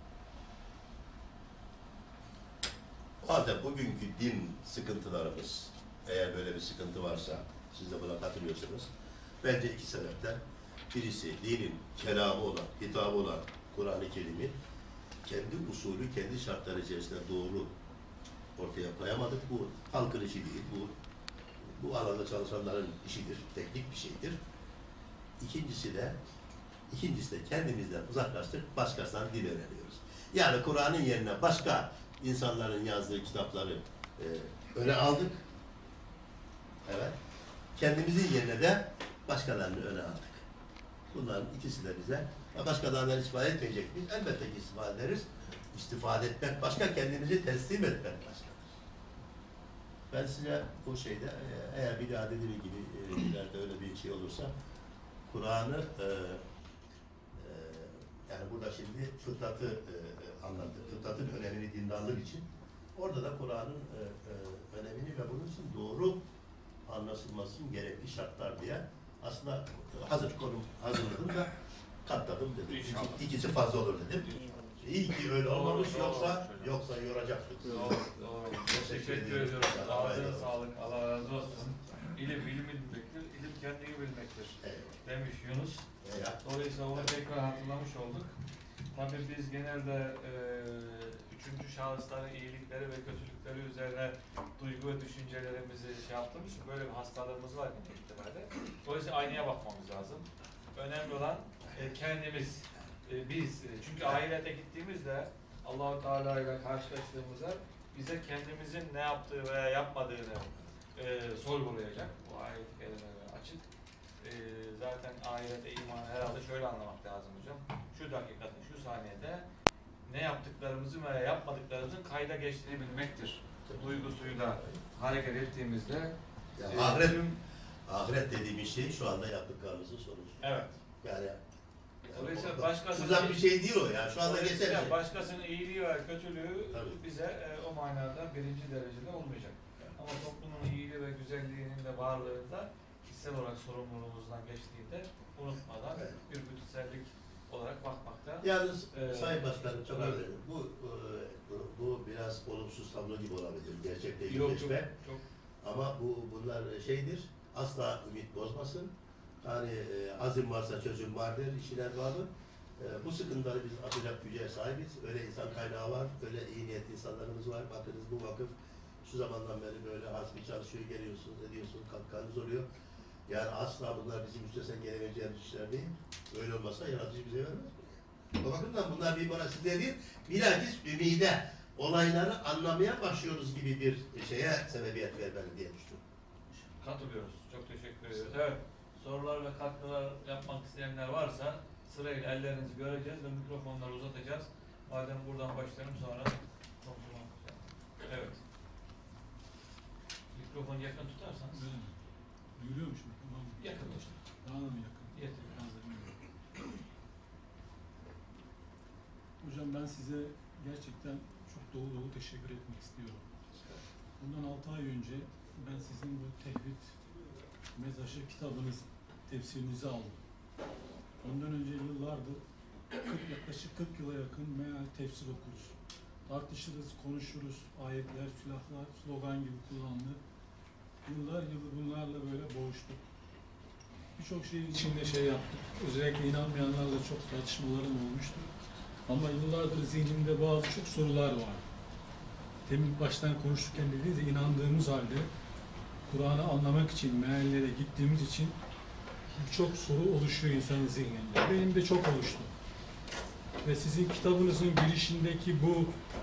O halde bugünkü din sıkıntılarımız, eğer böyle bir sıkıntı varsa, siz de buna katılıyorsunuz. Bence iki sebepten. Birisi dinin kelamı olan, hitabı olan Kur'an-ı Kerim'i kendi usulü, kendi şartları içerisinde doğru ortaya koyamadık. Bu halkın işi değil, bu alanda çalışanların işidir, teknik bir şeydir. İkincisi de kendimizden uzaklaştık, başkasından dil öğreniyoruz. Yani Kur'an'ın yerine başka insanların yazdığı kitapları öne aldık. Evet. Kendimizin yerine de başkalarını öne aldık. Bunların ikisi de bize başkalarından istifade etmeyecek miyiz? Elbette ki istifade ederiz. İstifade etmek başka, kendimizi teslim etmek başkadır. Ben size bu şeyde eğer bir daha dediğim gibi ileride öyle bir şey olursa Kur'an'ı yani burada şimdi fıtratı anlattık. Fıtratın önemini dindarlık için. Orada da Kur'an'ın önemini ve bunun için doğru anlaşılmasının gerekli şartlar diye aslında hazır konum hazırladım da katladım dedim. İnşallah. İkisi fazla olur dedim. İyi ki öyle olmamış, Doğru, yoksa yoracaktık. Doğru. Teşekkür ediyorum. Ağzına sağlık. Allah razı olsun. İlim bilmektir, ilim kendini bilmektir. Evet. Demiş Yunus. Evet. Dolayısıyla onu tekrar hatırlamış olduk. Tabii biz genelde üçüncü şahısların iyilikleri ve kötülükleri üzerine duygu ve düşüncelerimizi yaptığımız için böyle bir hastalığımız var itibariyle. Dolayısıyla aynaya bakmamız lazım. Önemli olan kendimiz, biz. Çünkü ahirete gittiğimizde Allah-u Teala ile karşılaştığımızda bize kendimizin ne yaptığı veya yapmadığını sorgulayacak. Bu ayet açık. Zaten ahirete imanı herhalde şöyle anlamak lazım hocam. Şu dakikatin, şu saniyede ne yaptıklarımızın veya yapmadıklarımızın kayda geçtiğini bilmektir. Duygusuyla hareket ettiğimizde ahiret dediğimiz şey şu anda yaptıklarımızın sonucu. evet. Yani dolayısıyla başkasının uzak bir şey değil o ya. Şu anda geçen şey. Başkasının iyiliği ve kötülüğü Tabii. bize o manada birinci derecede olmayacak. Ama toplumun iyiliği ve güzelliğinin de varlığında kişisel olarak sorumluluğumuzdan geçtiğinde unutmadan Evet. bir bütünsellik olarak bakmakta. Yalnız Sayın Başkanım çok evet. özür dilerim. Bu biraz olumsuz tablo gibi olabilir. Gerçekte Yok, yüzleşme. çok. Ama bunlar şeydir. Asla ümit bozmasın. Yani azim varsa çözüm vardır, işler vardır. Bu sıkıntıları biz atacak güce sahibiz. Öyle insan kaynağı var, öyle iyi niyetli insanlarımız var. Bakınız bu vakıf şu zamandan beri böyle hasbi çalışıyor, geliyorsunuz, ediyorsunuz, katkınız oluyor. Yani asla bunlar bizim üstesinden gelemeyeceğimiz işler değil. Öyle olmasa yaratıcı bize vermez. O bakımdan bunlar bir bana size değil, bilakis ümide, olayları anlamaya başlıyoruz gibi bir şeye sebebiyet vermeli diye düşünüyorum. Katılıyoruz. Çok teşekkür ediyoruz. Evet. Sorular ve katkılar yapmak isteyenler varsa sırayla ellerinizi göreceğiz ve mikrofonları uzatacağız. Madem buradan başlayalım sonra konuşma yapacağım. Evet. Mikrofonu yakın tutarsanız. Öyle mi? Duyuluyormuş mu? Tamam mı? Yakın hocam. Daha da mı yakın? Yeter. Hocam ben size gerçekten çok dolu teşekkür etmek istiyorum. Bundan 6 ay önce ben sizin bu Tevhid Mesajı kitabınız, tefsirinizi aldım. Ondan önce yıllardır yaklaşık 40 yıla yakın meal tefsir okuruz. Tartışırız, konuşuruz, ayetler, silahlar, slogan gibi kullanılır. Yıllar yılı bunlarla böyle boğuştuk. Birçok şeyin içinde şey yaptık. Özellikle inanmayanlarla çok tartışmalarım olmuştu. Ama yıllardır zihnimde bazı çok sorular var. Demin baştan konuşurken dediğiniz inandığımız halde Kur'an'ı anlamak için, meallere gittiğimiz için birçok soru oluşuyor insanın zihninde. Benim de çok oluştu. Ve sizin kitabınızın girişindeki bu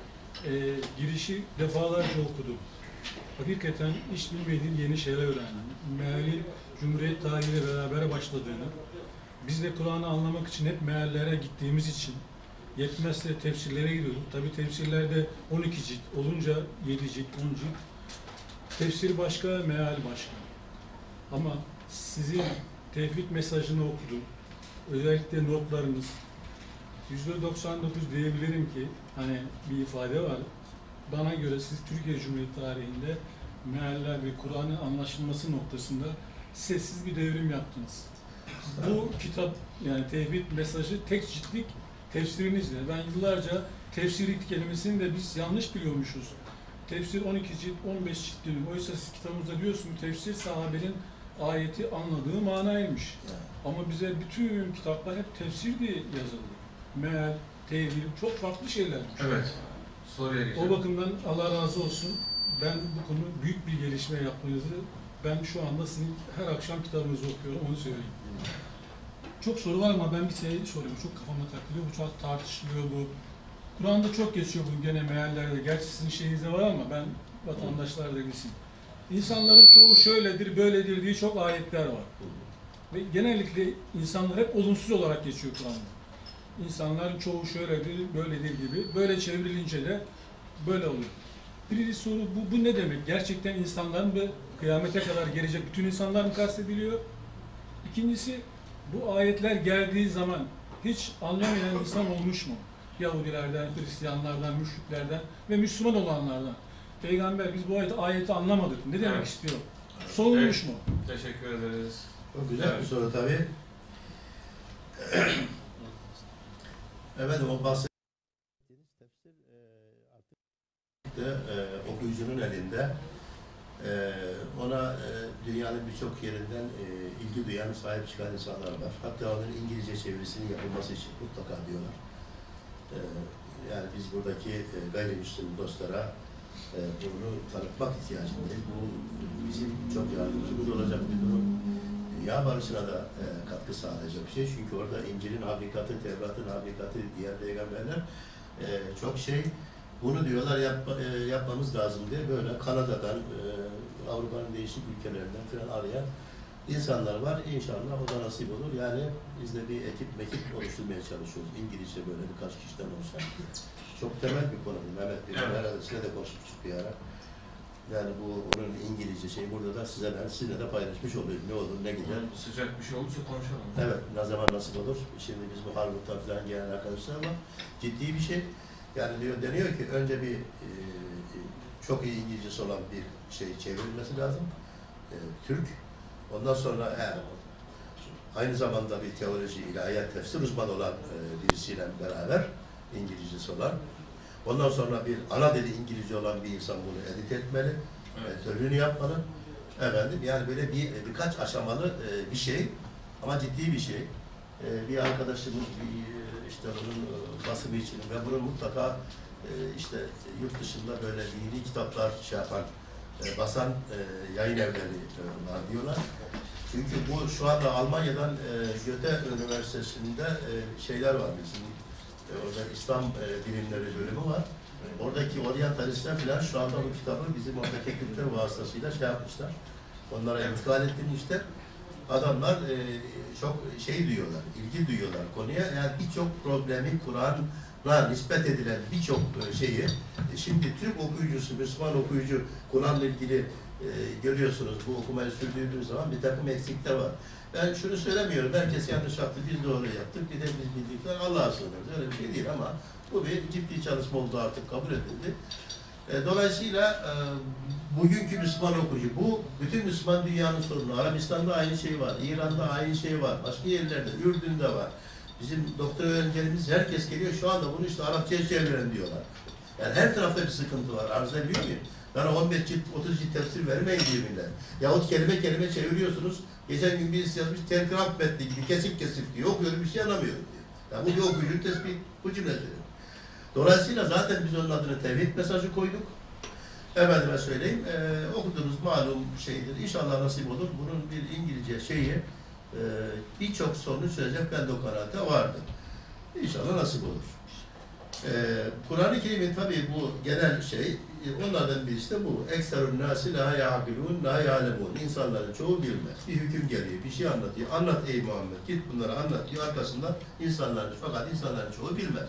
girişi defalarca okudum. Hakikaten hiç bilmediğim yeni şeyler öğrendim. Mealin Cumhuriyet tarihiyle beraber başladığını, biz de Kur'an'ı anlamak için hep meallere gittiğimiz için, yetmezse tefsirlere gidiyorduk. Tabi tefsirlerde 12 cilt olunca 7 cilt, 10 cilt. Tefsir başka, meal başka. Ama sizin tevhid mesajını okudum. Özellikle notlarınız. %99 diyebilirim ki, hani bir ifade var. Bana göre siz Türkiye Cumhuriyeti tarihinde mealler ve Kur'an'ın anlaşılması noktasında sessiz bir devrim yaptınız. Bu kitap, yani tevhid mesajı tek ciltlik tefsirinizle. Ben yıllarca tefsirlik kelimesini de biz yanlış biliyormuşuz. Tefsir 12 cilt, 15 cilt diyor. Oysa siz kitabınızda diyorsunuz tefsir sahabenin ayeti anladığı manaymış. Ama bize bütün kitaplar hep tefsir diye yazıldı. Meal, tevhid çok farklı şeylermiş. Evet. Soruya geçelim. O bakımdan Allah razı olsun. Ben bu konu büyük bir gelişme yapmanızı, ben şu anda sizin her akşam kitabınızı okuyorum, onu söyleyeyim. Çok soru var ama ben bir şey soruyorum, çok kafama takılıyor, bu çok tartışılıyor bu. Kur'an'da çok geçiyor bu gene meallerde, gerçi sizin şeyinizde var ama ben vatandaşlar da bilsin. İnsanların çoğu şöyledir, böyledir diye çok ayetler var. Ve genellikle insanlar hep olumsuz olarak geçiyor Kur'an'da. İnsanların çoğu şöyledir, böyledir gibi, böyle çevrilince de böyle oluyor. Birinci soru bu ne demek? Gerçekten insanların bu kıyamete kadar gelecek bütün insanlar mı kastediliyor? İkincisi, bu ayetler geldiği zaman hiç anlamayan insan olmuş mu? Yahudilerden, Hristiyanlardan, müşriklerden ve Müslüman olanlardan. Peygamber biz bu ayeti anlamadık. Ne demek istiyor? Sorulmuş mu? Teşekkür ederiz. Çok güzel bir soru tabii. Evet, o bahsettiğiniz tefsir artık okuyucunun elinde. Ona dünyanın birçok yerinden ilgi duyan, sahip çıkan insanlar var. Hatta onun İngilizce çevirisinin yapılması için mutlaka diyorlar. Yani biz buradaki gayrimüslim dostlara bunu tanıtmak ihtiyacındayız. Bu bizim çok yardımcımız olacak bir durum. Dünya barışına da katkı sağlayacak bir şey. Çünkü orada İncil'in hakikati, Tevrat'ın hakikati, diğer peygamberler çok şey. Bunu diyorlar yapmamız lazım diye böyle Kanada'dan, Avrupa'nın değişik ülkelerinden falan arayan insanlar var. İnşallah o da nasip olur. Yani biz de bir ekip oluşturmaya çalışıyoruz. İngilizce böyle birkaç kişiden olsa. Çok temel bir konu. Mehmet Bey, herhalde size de konuşmuştuk bir ara. Yani bu onun İngilizce şeyi burada da sizinle de paylaşmış olayım. Ne olur, ne gider. Sıcak bir şey olursa konuşalım. Evet, ne zaman nasip olur. Şimdi biz bu Harvard'dan falan gelen arkadaşlar var. Ciddi bir şey. Yani deniyor ki önce bir çok iyi İngilizcesi olan bir şey çevrilmesi lazım. Türk. Ondan sonra aynı zamanda bir teoloji, ilahiyat, tefsir uzmanı olan birisiyle beraber İngilizcesi olan. Ondan sonra bir ana dili İngilizce olan bir insan bunu edit etmeli. Editörlüğünü yapmalı. Efendim, yani böyle birkaç aşamalı bir şey. Ama ciddi bir şey. Bir arkadaşımız işte bunun basımı için ve bunun mutlaka işte yurt dışında böyle dini kitaplar şey yapan, basan yayın evleri var diyorlar. Çünkü bu şu anda Almanya'dan Goethe Üniversitesi'nde şeyler var bizim. Orada İslam bilimleri bölümü var. Oradaki oryantalistler falan şu anda bu kitabı bizim oradaki kültür vasıtasıyla şey yapmışlar. Onlara intikal ettirmişler. Adamlar çok şey duyuyorlar, ilgi duyuyorlar konuya. Yani birçok problemi Kur'an'a nispet edilen birçok şeyi şimdi Türk okuyucusu, Müslüman okuyucu Kur'an'la ilgili görüyorsunuz. Bu okumayı sürdürdüğümüz zaman bir takım eksikler var. Ben şunu söylemiyorum, herkes yanlış yaptı, biz doğru yaptık, bir de biz bildikler Allah'a sığınırız. Öyle bir şey değil ama bu bir ciddi çalışma oldu, artık kabul edildi. Dolayısıyla bugünkü Müslüman okuyucu, bu bütün Müslüman dünyanın sorunu. Arabistan'da aynı şey var, İran'da aynı şey var, başka yerlerde, Ürdün'de var. Bizim doktor öğrencilerimiz, herkes geliyor, şu anda bunu işte Arapçaya çevirelim diyorlar. Yani her tarafta bir sıkıntı var, arz ediyor muyum? Yani 15 cilt, 30 cilt tefsir vermeyin diyor millet. Yahut kelime kelime çeviriyorsunuz. Geçen gün birisi yazmış, telgraf metni gibi kesik kesik diyor, okuyorum bir şey anlamıyorum diyor. Yani bu bir okuyucunun tespit, bu cümle söylüyor. Dolayısıyla zaten biz onun adını tevhid mesajı koyduk. Efendime söyleyeyim, okuduğunuz malum şeydir. İnşallah nasip olur. Bunun bir İngilizce şeyi birçok sorunu çözecek, ben de o kanaate vardım. İnşallah nasip olur. Kur'an-ı Kerim'in tabii bu genel şey, onlardan birisi de bu. Ekserun nâsi lâ ya'gilûn lâ ya'lemûn. İnsanların çoğu bilmez. Bir hüküm geliyor, bir şey anlatıyor. Anlat ey Muhammed, git bunları anlat diyor. Arkasından fakat insanların çoğu bilmez.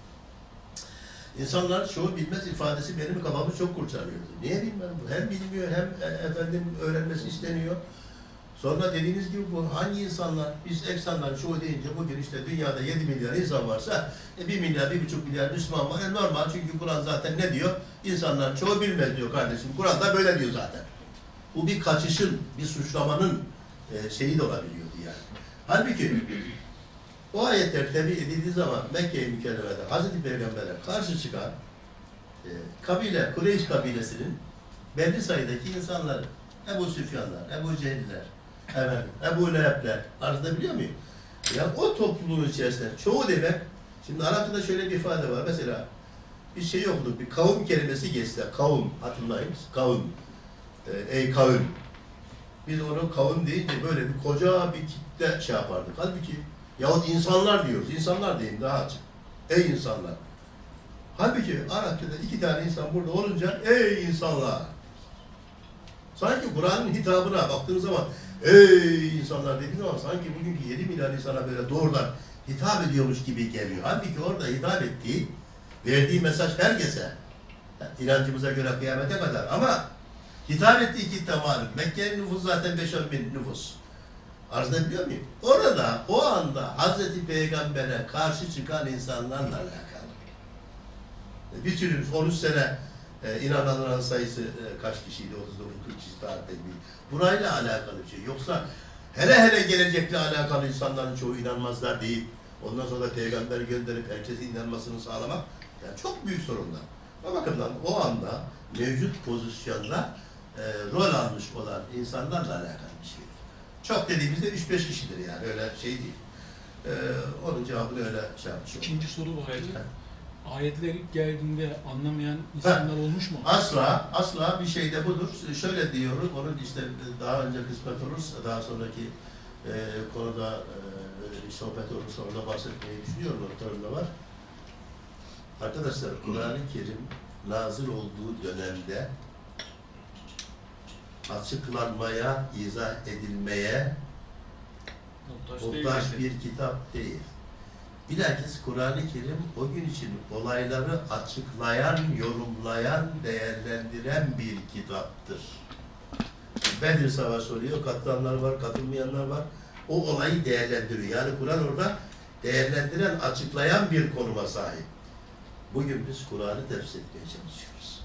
İnsanlar çoğu bilmez ifadesi benim kafamı çok kurcalıyordu. Niye bilmem? Hem bilmiyor hem öğrenmesi isteniyor. Sonra dediğiniz gibi bu hangi insanlar, biz insanların çoğu deyince bugün işte dünyada 7 milyar insan varsa 1 milyar, 1,5 milyar Müslüman var. Normal, çünkü Kur'an zaten ne diyor? İnsanların çoğu bilmez diyor kardeşim. Kur'an da böyle diyor zaten. Bu bir kaçışın, bir suçlamanın şeyi de olabiliyordu yani. Halbuki o ayetler tebliğ edildiği zaman Mekke-i Mükerreme'de Hazreti Peygamber'e karşı çıkan kabile, Kureyş kabilesinin belli sayıdaki insanları, Ebu Süfyanlar, Ebu Cehiller, Ebu Leheb'ler, arz edebiliyor muyum? Yani o topluluğun içerisinde çoğu demek, şimdi Arapçada şöyle bir ifade var, mesela bir şey okuduk, bir kavim kelimesi geçse, kavim, hatırlayın, kavim, ey kavim. Biz onu kavim deyince böyle bir koca bir kitle şey yapardık. Halbuki yahut insanlar diyoruz, insanlar deyin daha açık. Ey insanlar. Halbuki Arapçada 2 tane insan burada olunca ey insanlar. Sanki Kur'an'ın hitabına baktığınız zaman ey insanlar dediğiniz zaman sanki bugünkü 7 milyar insana böyle doğrudan hitap ediyormuş gibi geliyor. Halbuki orada hitap ettiği, verdiği mesaj herkese. Yani inancımıza göre kıyamete kadar ama hitap ettiği kitle malum. Mekke'nin nüfusu zaten 5-10 bin nüfus. Arz edebiliyor muyum? Orada, o anda Hazreti Peygamber'e karşı çıkan insanlarla alakalı. Bir türlü 13 sene inananların sayısı kaç kişiydi? 39-40 kişi tarihte gibi. Burayla alakalı bir şey. Yoksa hele gelecekle alakalı insanların çoğu inanmazlar değil. Ondan sonra peygamber gönderip herkesin inanmasını sağlamak yani çok büyük sorunlar. O bakımdan o anda mevcut pozisyonda rol almış olan insanlarla alakalı bir şey. Çok dediğimizde 3-5 kişidir yani öyle şey değil. Onun cevabını öyle şey yapmış. İkinci soru var. Evet. Ayetler ilk geldiğinde anlamayan insanlar olmuş mu? Asla bir şey de budur. Şöyle diyorum, onun işte daha önce kısmet olursa, daha sonraki konuda bir sohbet olursa orada bahsetmeyi düşünüyorum, notlarımda var. Arkadaşlar, Kur'an-ı Kerim nazil olduğu dönemde açıklanmaya, izah edilmeye muhtaç bir kitap değil. Bilakis Kur'an-ı Kerim o gün için olayları açıklayan, yorumlayan, değerlendiren bir kitaptır. Bedir Savaşı oluyor, katılanlar var, katılmayanlar var. O olayı değerlendiriyor. Yani Kur'an orada değerlendiren, açıklayan bir konuma sahip. Bugün biz Kur'an'ı tefsir etmeye çalışıyoruz.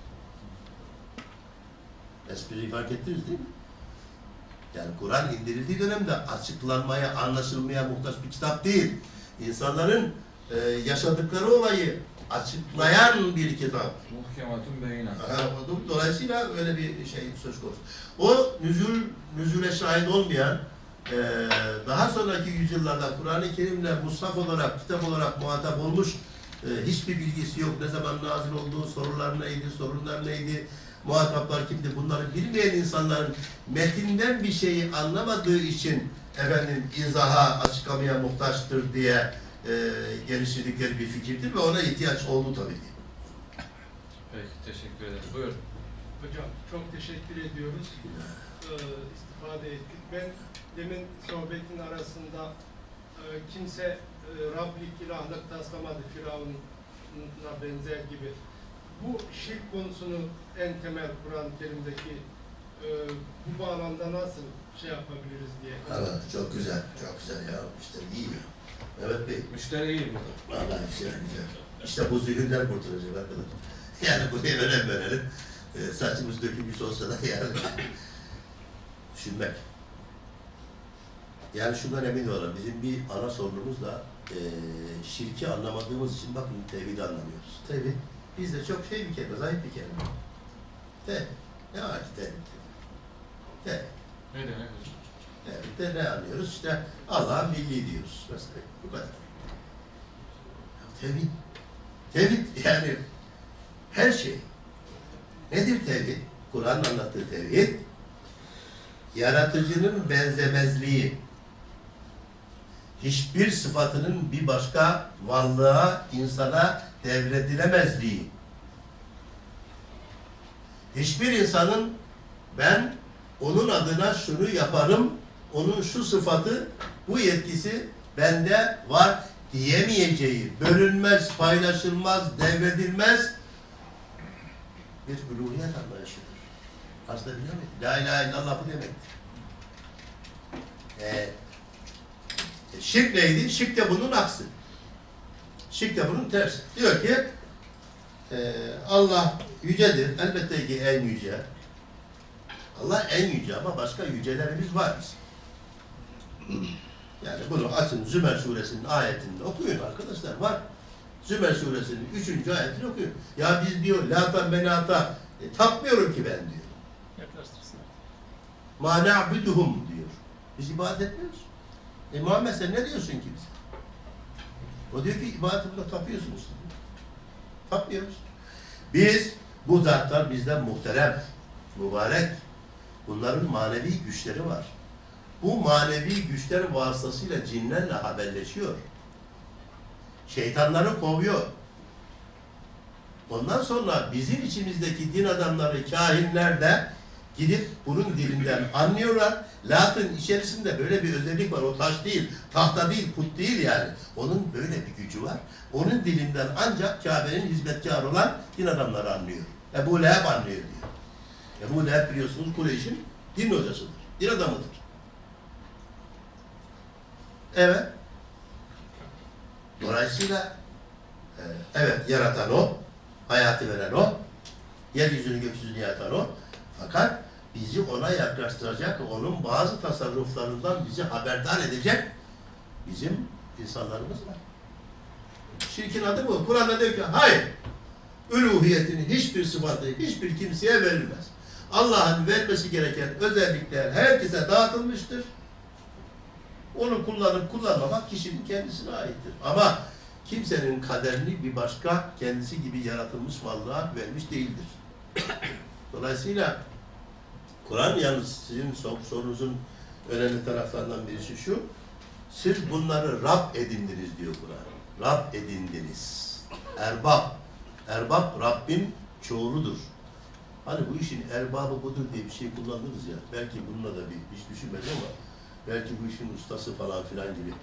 Espriyi fark ettiniz değil mi? Yani Kur'an indirildiği dönemde açıklanmaya, anlaşılmaya muhtaç bir kitap değil. İnsanların yaşadıkları olayı açıklayan bir kitap. Muhkematun beyinat. Dolayısıyla öyle bir şey söz konusu. O nüzule şahit olmayan, daha sonraki yüzyıllarda Kur'an-ı Kerim'le mushaf olarak, kitap olarak muhatap olmuş, hiçbir bilgisi yok. Ne zaman nazil olduğu, sorular neydi, sorunlar neydi, muhataplar kimdi, bunları bilmeyen insanların metinden bir şeyi anlamadığı için izaha, açıklamaya muhtaçtır diye geliştirdikleri bir fikirdir ve ona ihtiyaç oldu tabii ki. Peki, teşekkür ederiz. Buyurun. Hocam çok teşekkür ediyoruz. İstifade ettik. Ben demin sohbetin arasında kimse Rablik, ilahlık taslamadı Firavun'a benzer gibi. Bu şirk konusunu en temel Kur'an-ı Kerim'deki bu bağlamda nasıl şey yapabiliriz diye. Evet, çok güzel, çok güzel ya. İşte iyi mi? Evet Bey. Müşteri iyi burada. Vallahi güzel. İşte bu zihinler kurtaracak arkadaşlar. Yani buraya önem verelim. Saçımız dökülmüş olsa da yani düşünmek. Yani şundan emin olalım. Bizim bir ana sorunumuz da şirki anlamadığımız için bakın tevhidi anlamıyoruz. Tevhid bizde çok şey bir kelime, zayıf bir kelime. Tevhid. Ne var ki tevhid? Tevhid. Ne demek hocam? Tevhid'de ne anlıyoruz? İşte Allah'ın birliği diyoruz. Mesela bu kadar. Tevhid. Tevhid yani her şey. Nedir tevhid? Kur'an'ın anlattığı tevhid, yaratıcının benzemezliği, hiçbir sıfatının bir başka varlığa, insana devredilemezliği, hiçbir insanın ben onun adına şunu yaparım, onun şu sıfatı, bu yetkisi bende var diyemeyeceği, bölünmez, paylaşılmaz, devredilmez bir uluhiyet anlayışıdır. Aslında biliyor musun? La ilahe illallah bu demektir. Şirk neydi? Şirk de bunun aksi. Şirk de bunun tersi. Diyor ki Allah yücedir. Elbette ki en yüce. Allah en yüce ama başka yücelerimiz var bizim. Yani bunu açın Zümer suresinin ayetinde okuyun arkadaşlar. Var. Zümer suresinin 3. ayetini okuyun. Ya biz diyor Lata Menata tapmıyorum ki ben diyor. Yaklaştırsınlar. Ma na'buduhum diyor. Biz ibadet etmiyoruz. Muhammed sen ne diyorsun ki bize? O diyor ki ibadetimde tapıyorsunuz. Diyor. Tapmıyoruz. Biz bu zatlar bizden muhterem, mübarek. Bunların manevi güçleri var. Bu manevi güçler vasıtasıyla cinlerle haberleşiyor. Şeytanları kovuyor. Ondan sonra bizim içimizdeki din adamları, kahinler de gidip bunun dilinden anlıyorlar. Lat'ın içerisinde böyle bir özellik var. O taş değil, tahta değil, put değil yani. Onun böyle bir gücü var. Onun dilinden ancak Kabe'nin hizmetkarı olan din adamları anlıyor. Ebu Leheb anlıyor diyor. Ebu Leheb biliyorsunuz Kureyş'in din hocasıdır. Din adamıdır. Evet. Dolayısıyla evet yaratan o, hayatı veren o, yeryüzünü gökyüzünü yaratan o. Fakat bizi ona yaklaştıracak, onun bazı tasarruflarından bizi haberdar edecek bizim insanlarımız var. Şirkin adı bu. Kur'an'da diyor ki hayır. Üluhiyetinin hiçbir sıfatı hiçbir kimseye verilmez. Allah'ın vermesi gereken özellikler herkese dağıtılmıştır. Onu kullanıp kullanmamak kişinin kendisine aittir. Ama kimsenin kaderini bir başka kendisi gibi yaratılmış varlığa vermiş değildir. Dolayısıyla Kur'an, yalnız sizin sorunuzun önemli taraflarından birisi şu: siz bunları Rab edindiniz diyor Kur'an. Rab edindiniz. Erbab. Erbab Rabbin çoğuludur. Hani bu işin erbabı budur diye bir şey kullanırız ya. Belki bununla da hiç düşünmedim ama belki bu işin ustası falan filan gibi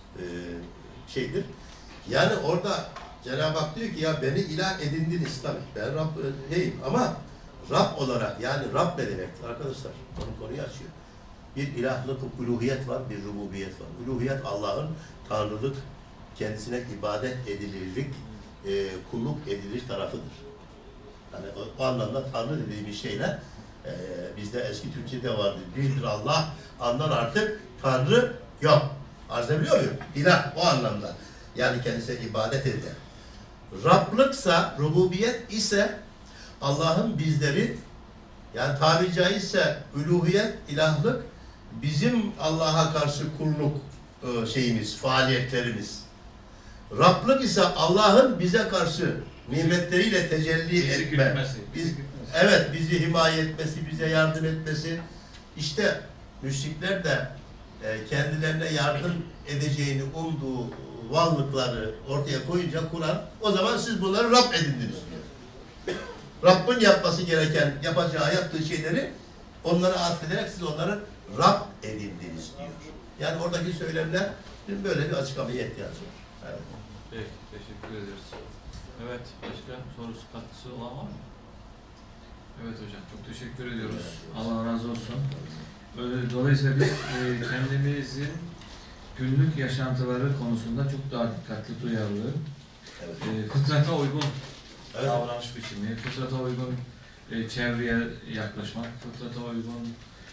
şeydir. Yani orada Cenab-ı Hak diyor ki ya beni ilah edindiniz tabii. Ben Rab değilim ama Rab olarak, yani Rab ne demektir arkadaşlar? Konuyu açıyor. Bir ilahlık, uluhiyet var, bir rububiyet var. Uluhiyet Allah'ın tanrılık, kendisine ibadet edilirlik, kulluk edilir tarafıdır. Yani o anlamda Tanrı dediğimiz şeyler bizde eski Türkçe'de vardı. Birdir Allah, andan artık Tanrı yok. Arz edebiliyor muyum? İlah o anlamda. Yani kendisine ibadet eder. Rablıksa, rububiyet ise Allah'ın bizleri, yani tabiri caizse uluhiyet, ilahlık bizim Allah'a karşı kulluk şeyimiz, faaliyetlerimiz. Rablık ise Allah'ın bize karşı nimetleriyle tecelli etme. Evet, bizi himaye etmesi, bize yardım etmesi. İşte müşrikler de kendilerine yardım edeceğini umduğu varlıkları ortaya koyunca Kur'an, o zaman siz bunları Rab edindiniz diyor. Rabbin yapması gereken, yapacağı, yaptığı şeyleri onlara affederek siz onları Rab edindiniz diyor. Yani oradaki söylemler böyle bir açıklamaya ihtiyacı var. Evet. Peki, teşekkür ederiz. Evet, başka sorusu, katkısı olan var mı? Evet hocam, çok teşekkür ediyoruz. Allah razı olsun. Dolayısıyla biz kendimizin günlük yaşantıları konusunda çok daha dikkatli, duyarlı, fıtrata uygun davranış biçimi, fıtrata uygun çevreye yaklaşmak, fıtrata uygun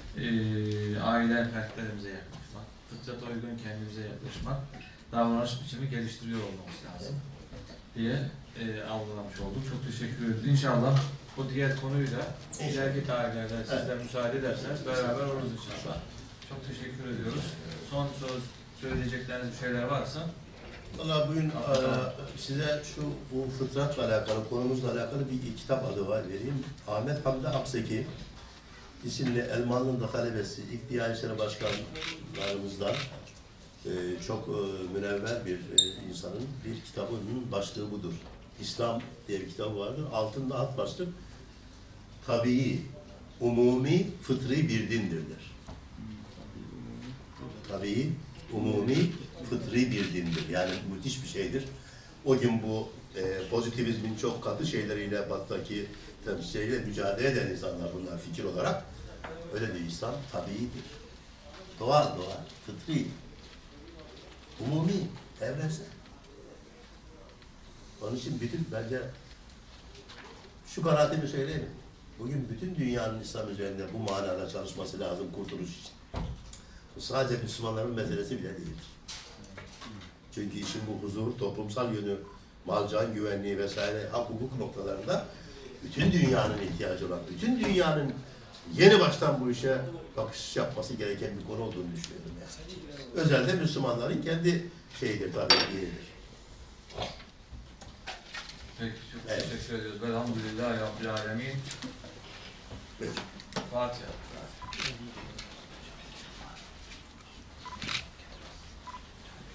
aile fertlerimize yaklaşmak, fıtrata uygun kendimize yaklaşmak, davranış biçimi geliştiriyor olmamız lazım diye algılamış olduk. Çok teşekkür ederiz. İnşallah bu diğer konuyla ileriki tarihlerde siz de müsaade ederseniz beraber oluruz inşallah. Çok teşekkür ediyoruz. Son söz söyleyecekleriniz bir şeyler varsa. Valla bugün size bu fıtratla alakalı, konumuzla alakalı bir kitap adı var, vereyim. Ahmet Hamdi Akseki isimli Elmalı'nın da talebesi, ilk Diyanet İşleri Başkanlarımızdan çok münevver bir insanın bir kitabının başlığı budur. İslam diye bir kitabı vardır. Altında alt başlık tabii, umumi, fıtri bir dindir der. Tabii, umumi, fıtri bir dindir. Yani müthiş bir şeydir. O gün bu pozitivizmin çok katı şeyleriyle, batıdaki temsilciyle mücadele eden insanlar bunlar fikir olarak. Öyle de İslam tabiidir. Doğal, fıtri. Umumi, evrensel. Onun için bence şu kanaatimi söyleyeyim. Bugün bütün dünyanın İslam üzerinde bu manada çalışması lazım kurtuluş için. Bu sadece Müslümanların meselesi bile değil. Çünkü işin bu huzur, toplumsal yönü, mal can güvenliği vesaire, hak hukuk noktalarında bütün dünyanın ihtiyacı olan, bütün dünyanın yeni baştan bu işe bakış yapması gereken bir konu olduğunu düşünüyorum yani. Özellikle Müslümanların kendi şeyidir tabii, yeridir. Peki, çok teşekkür ediyoruz. Velhamdülillahi Rabbil Alemin. Fatiha.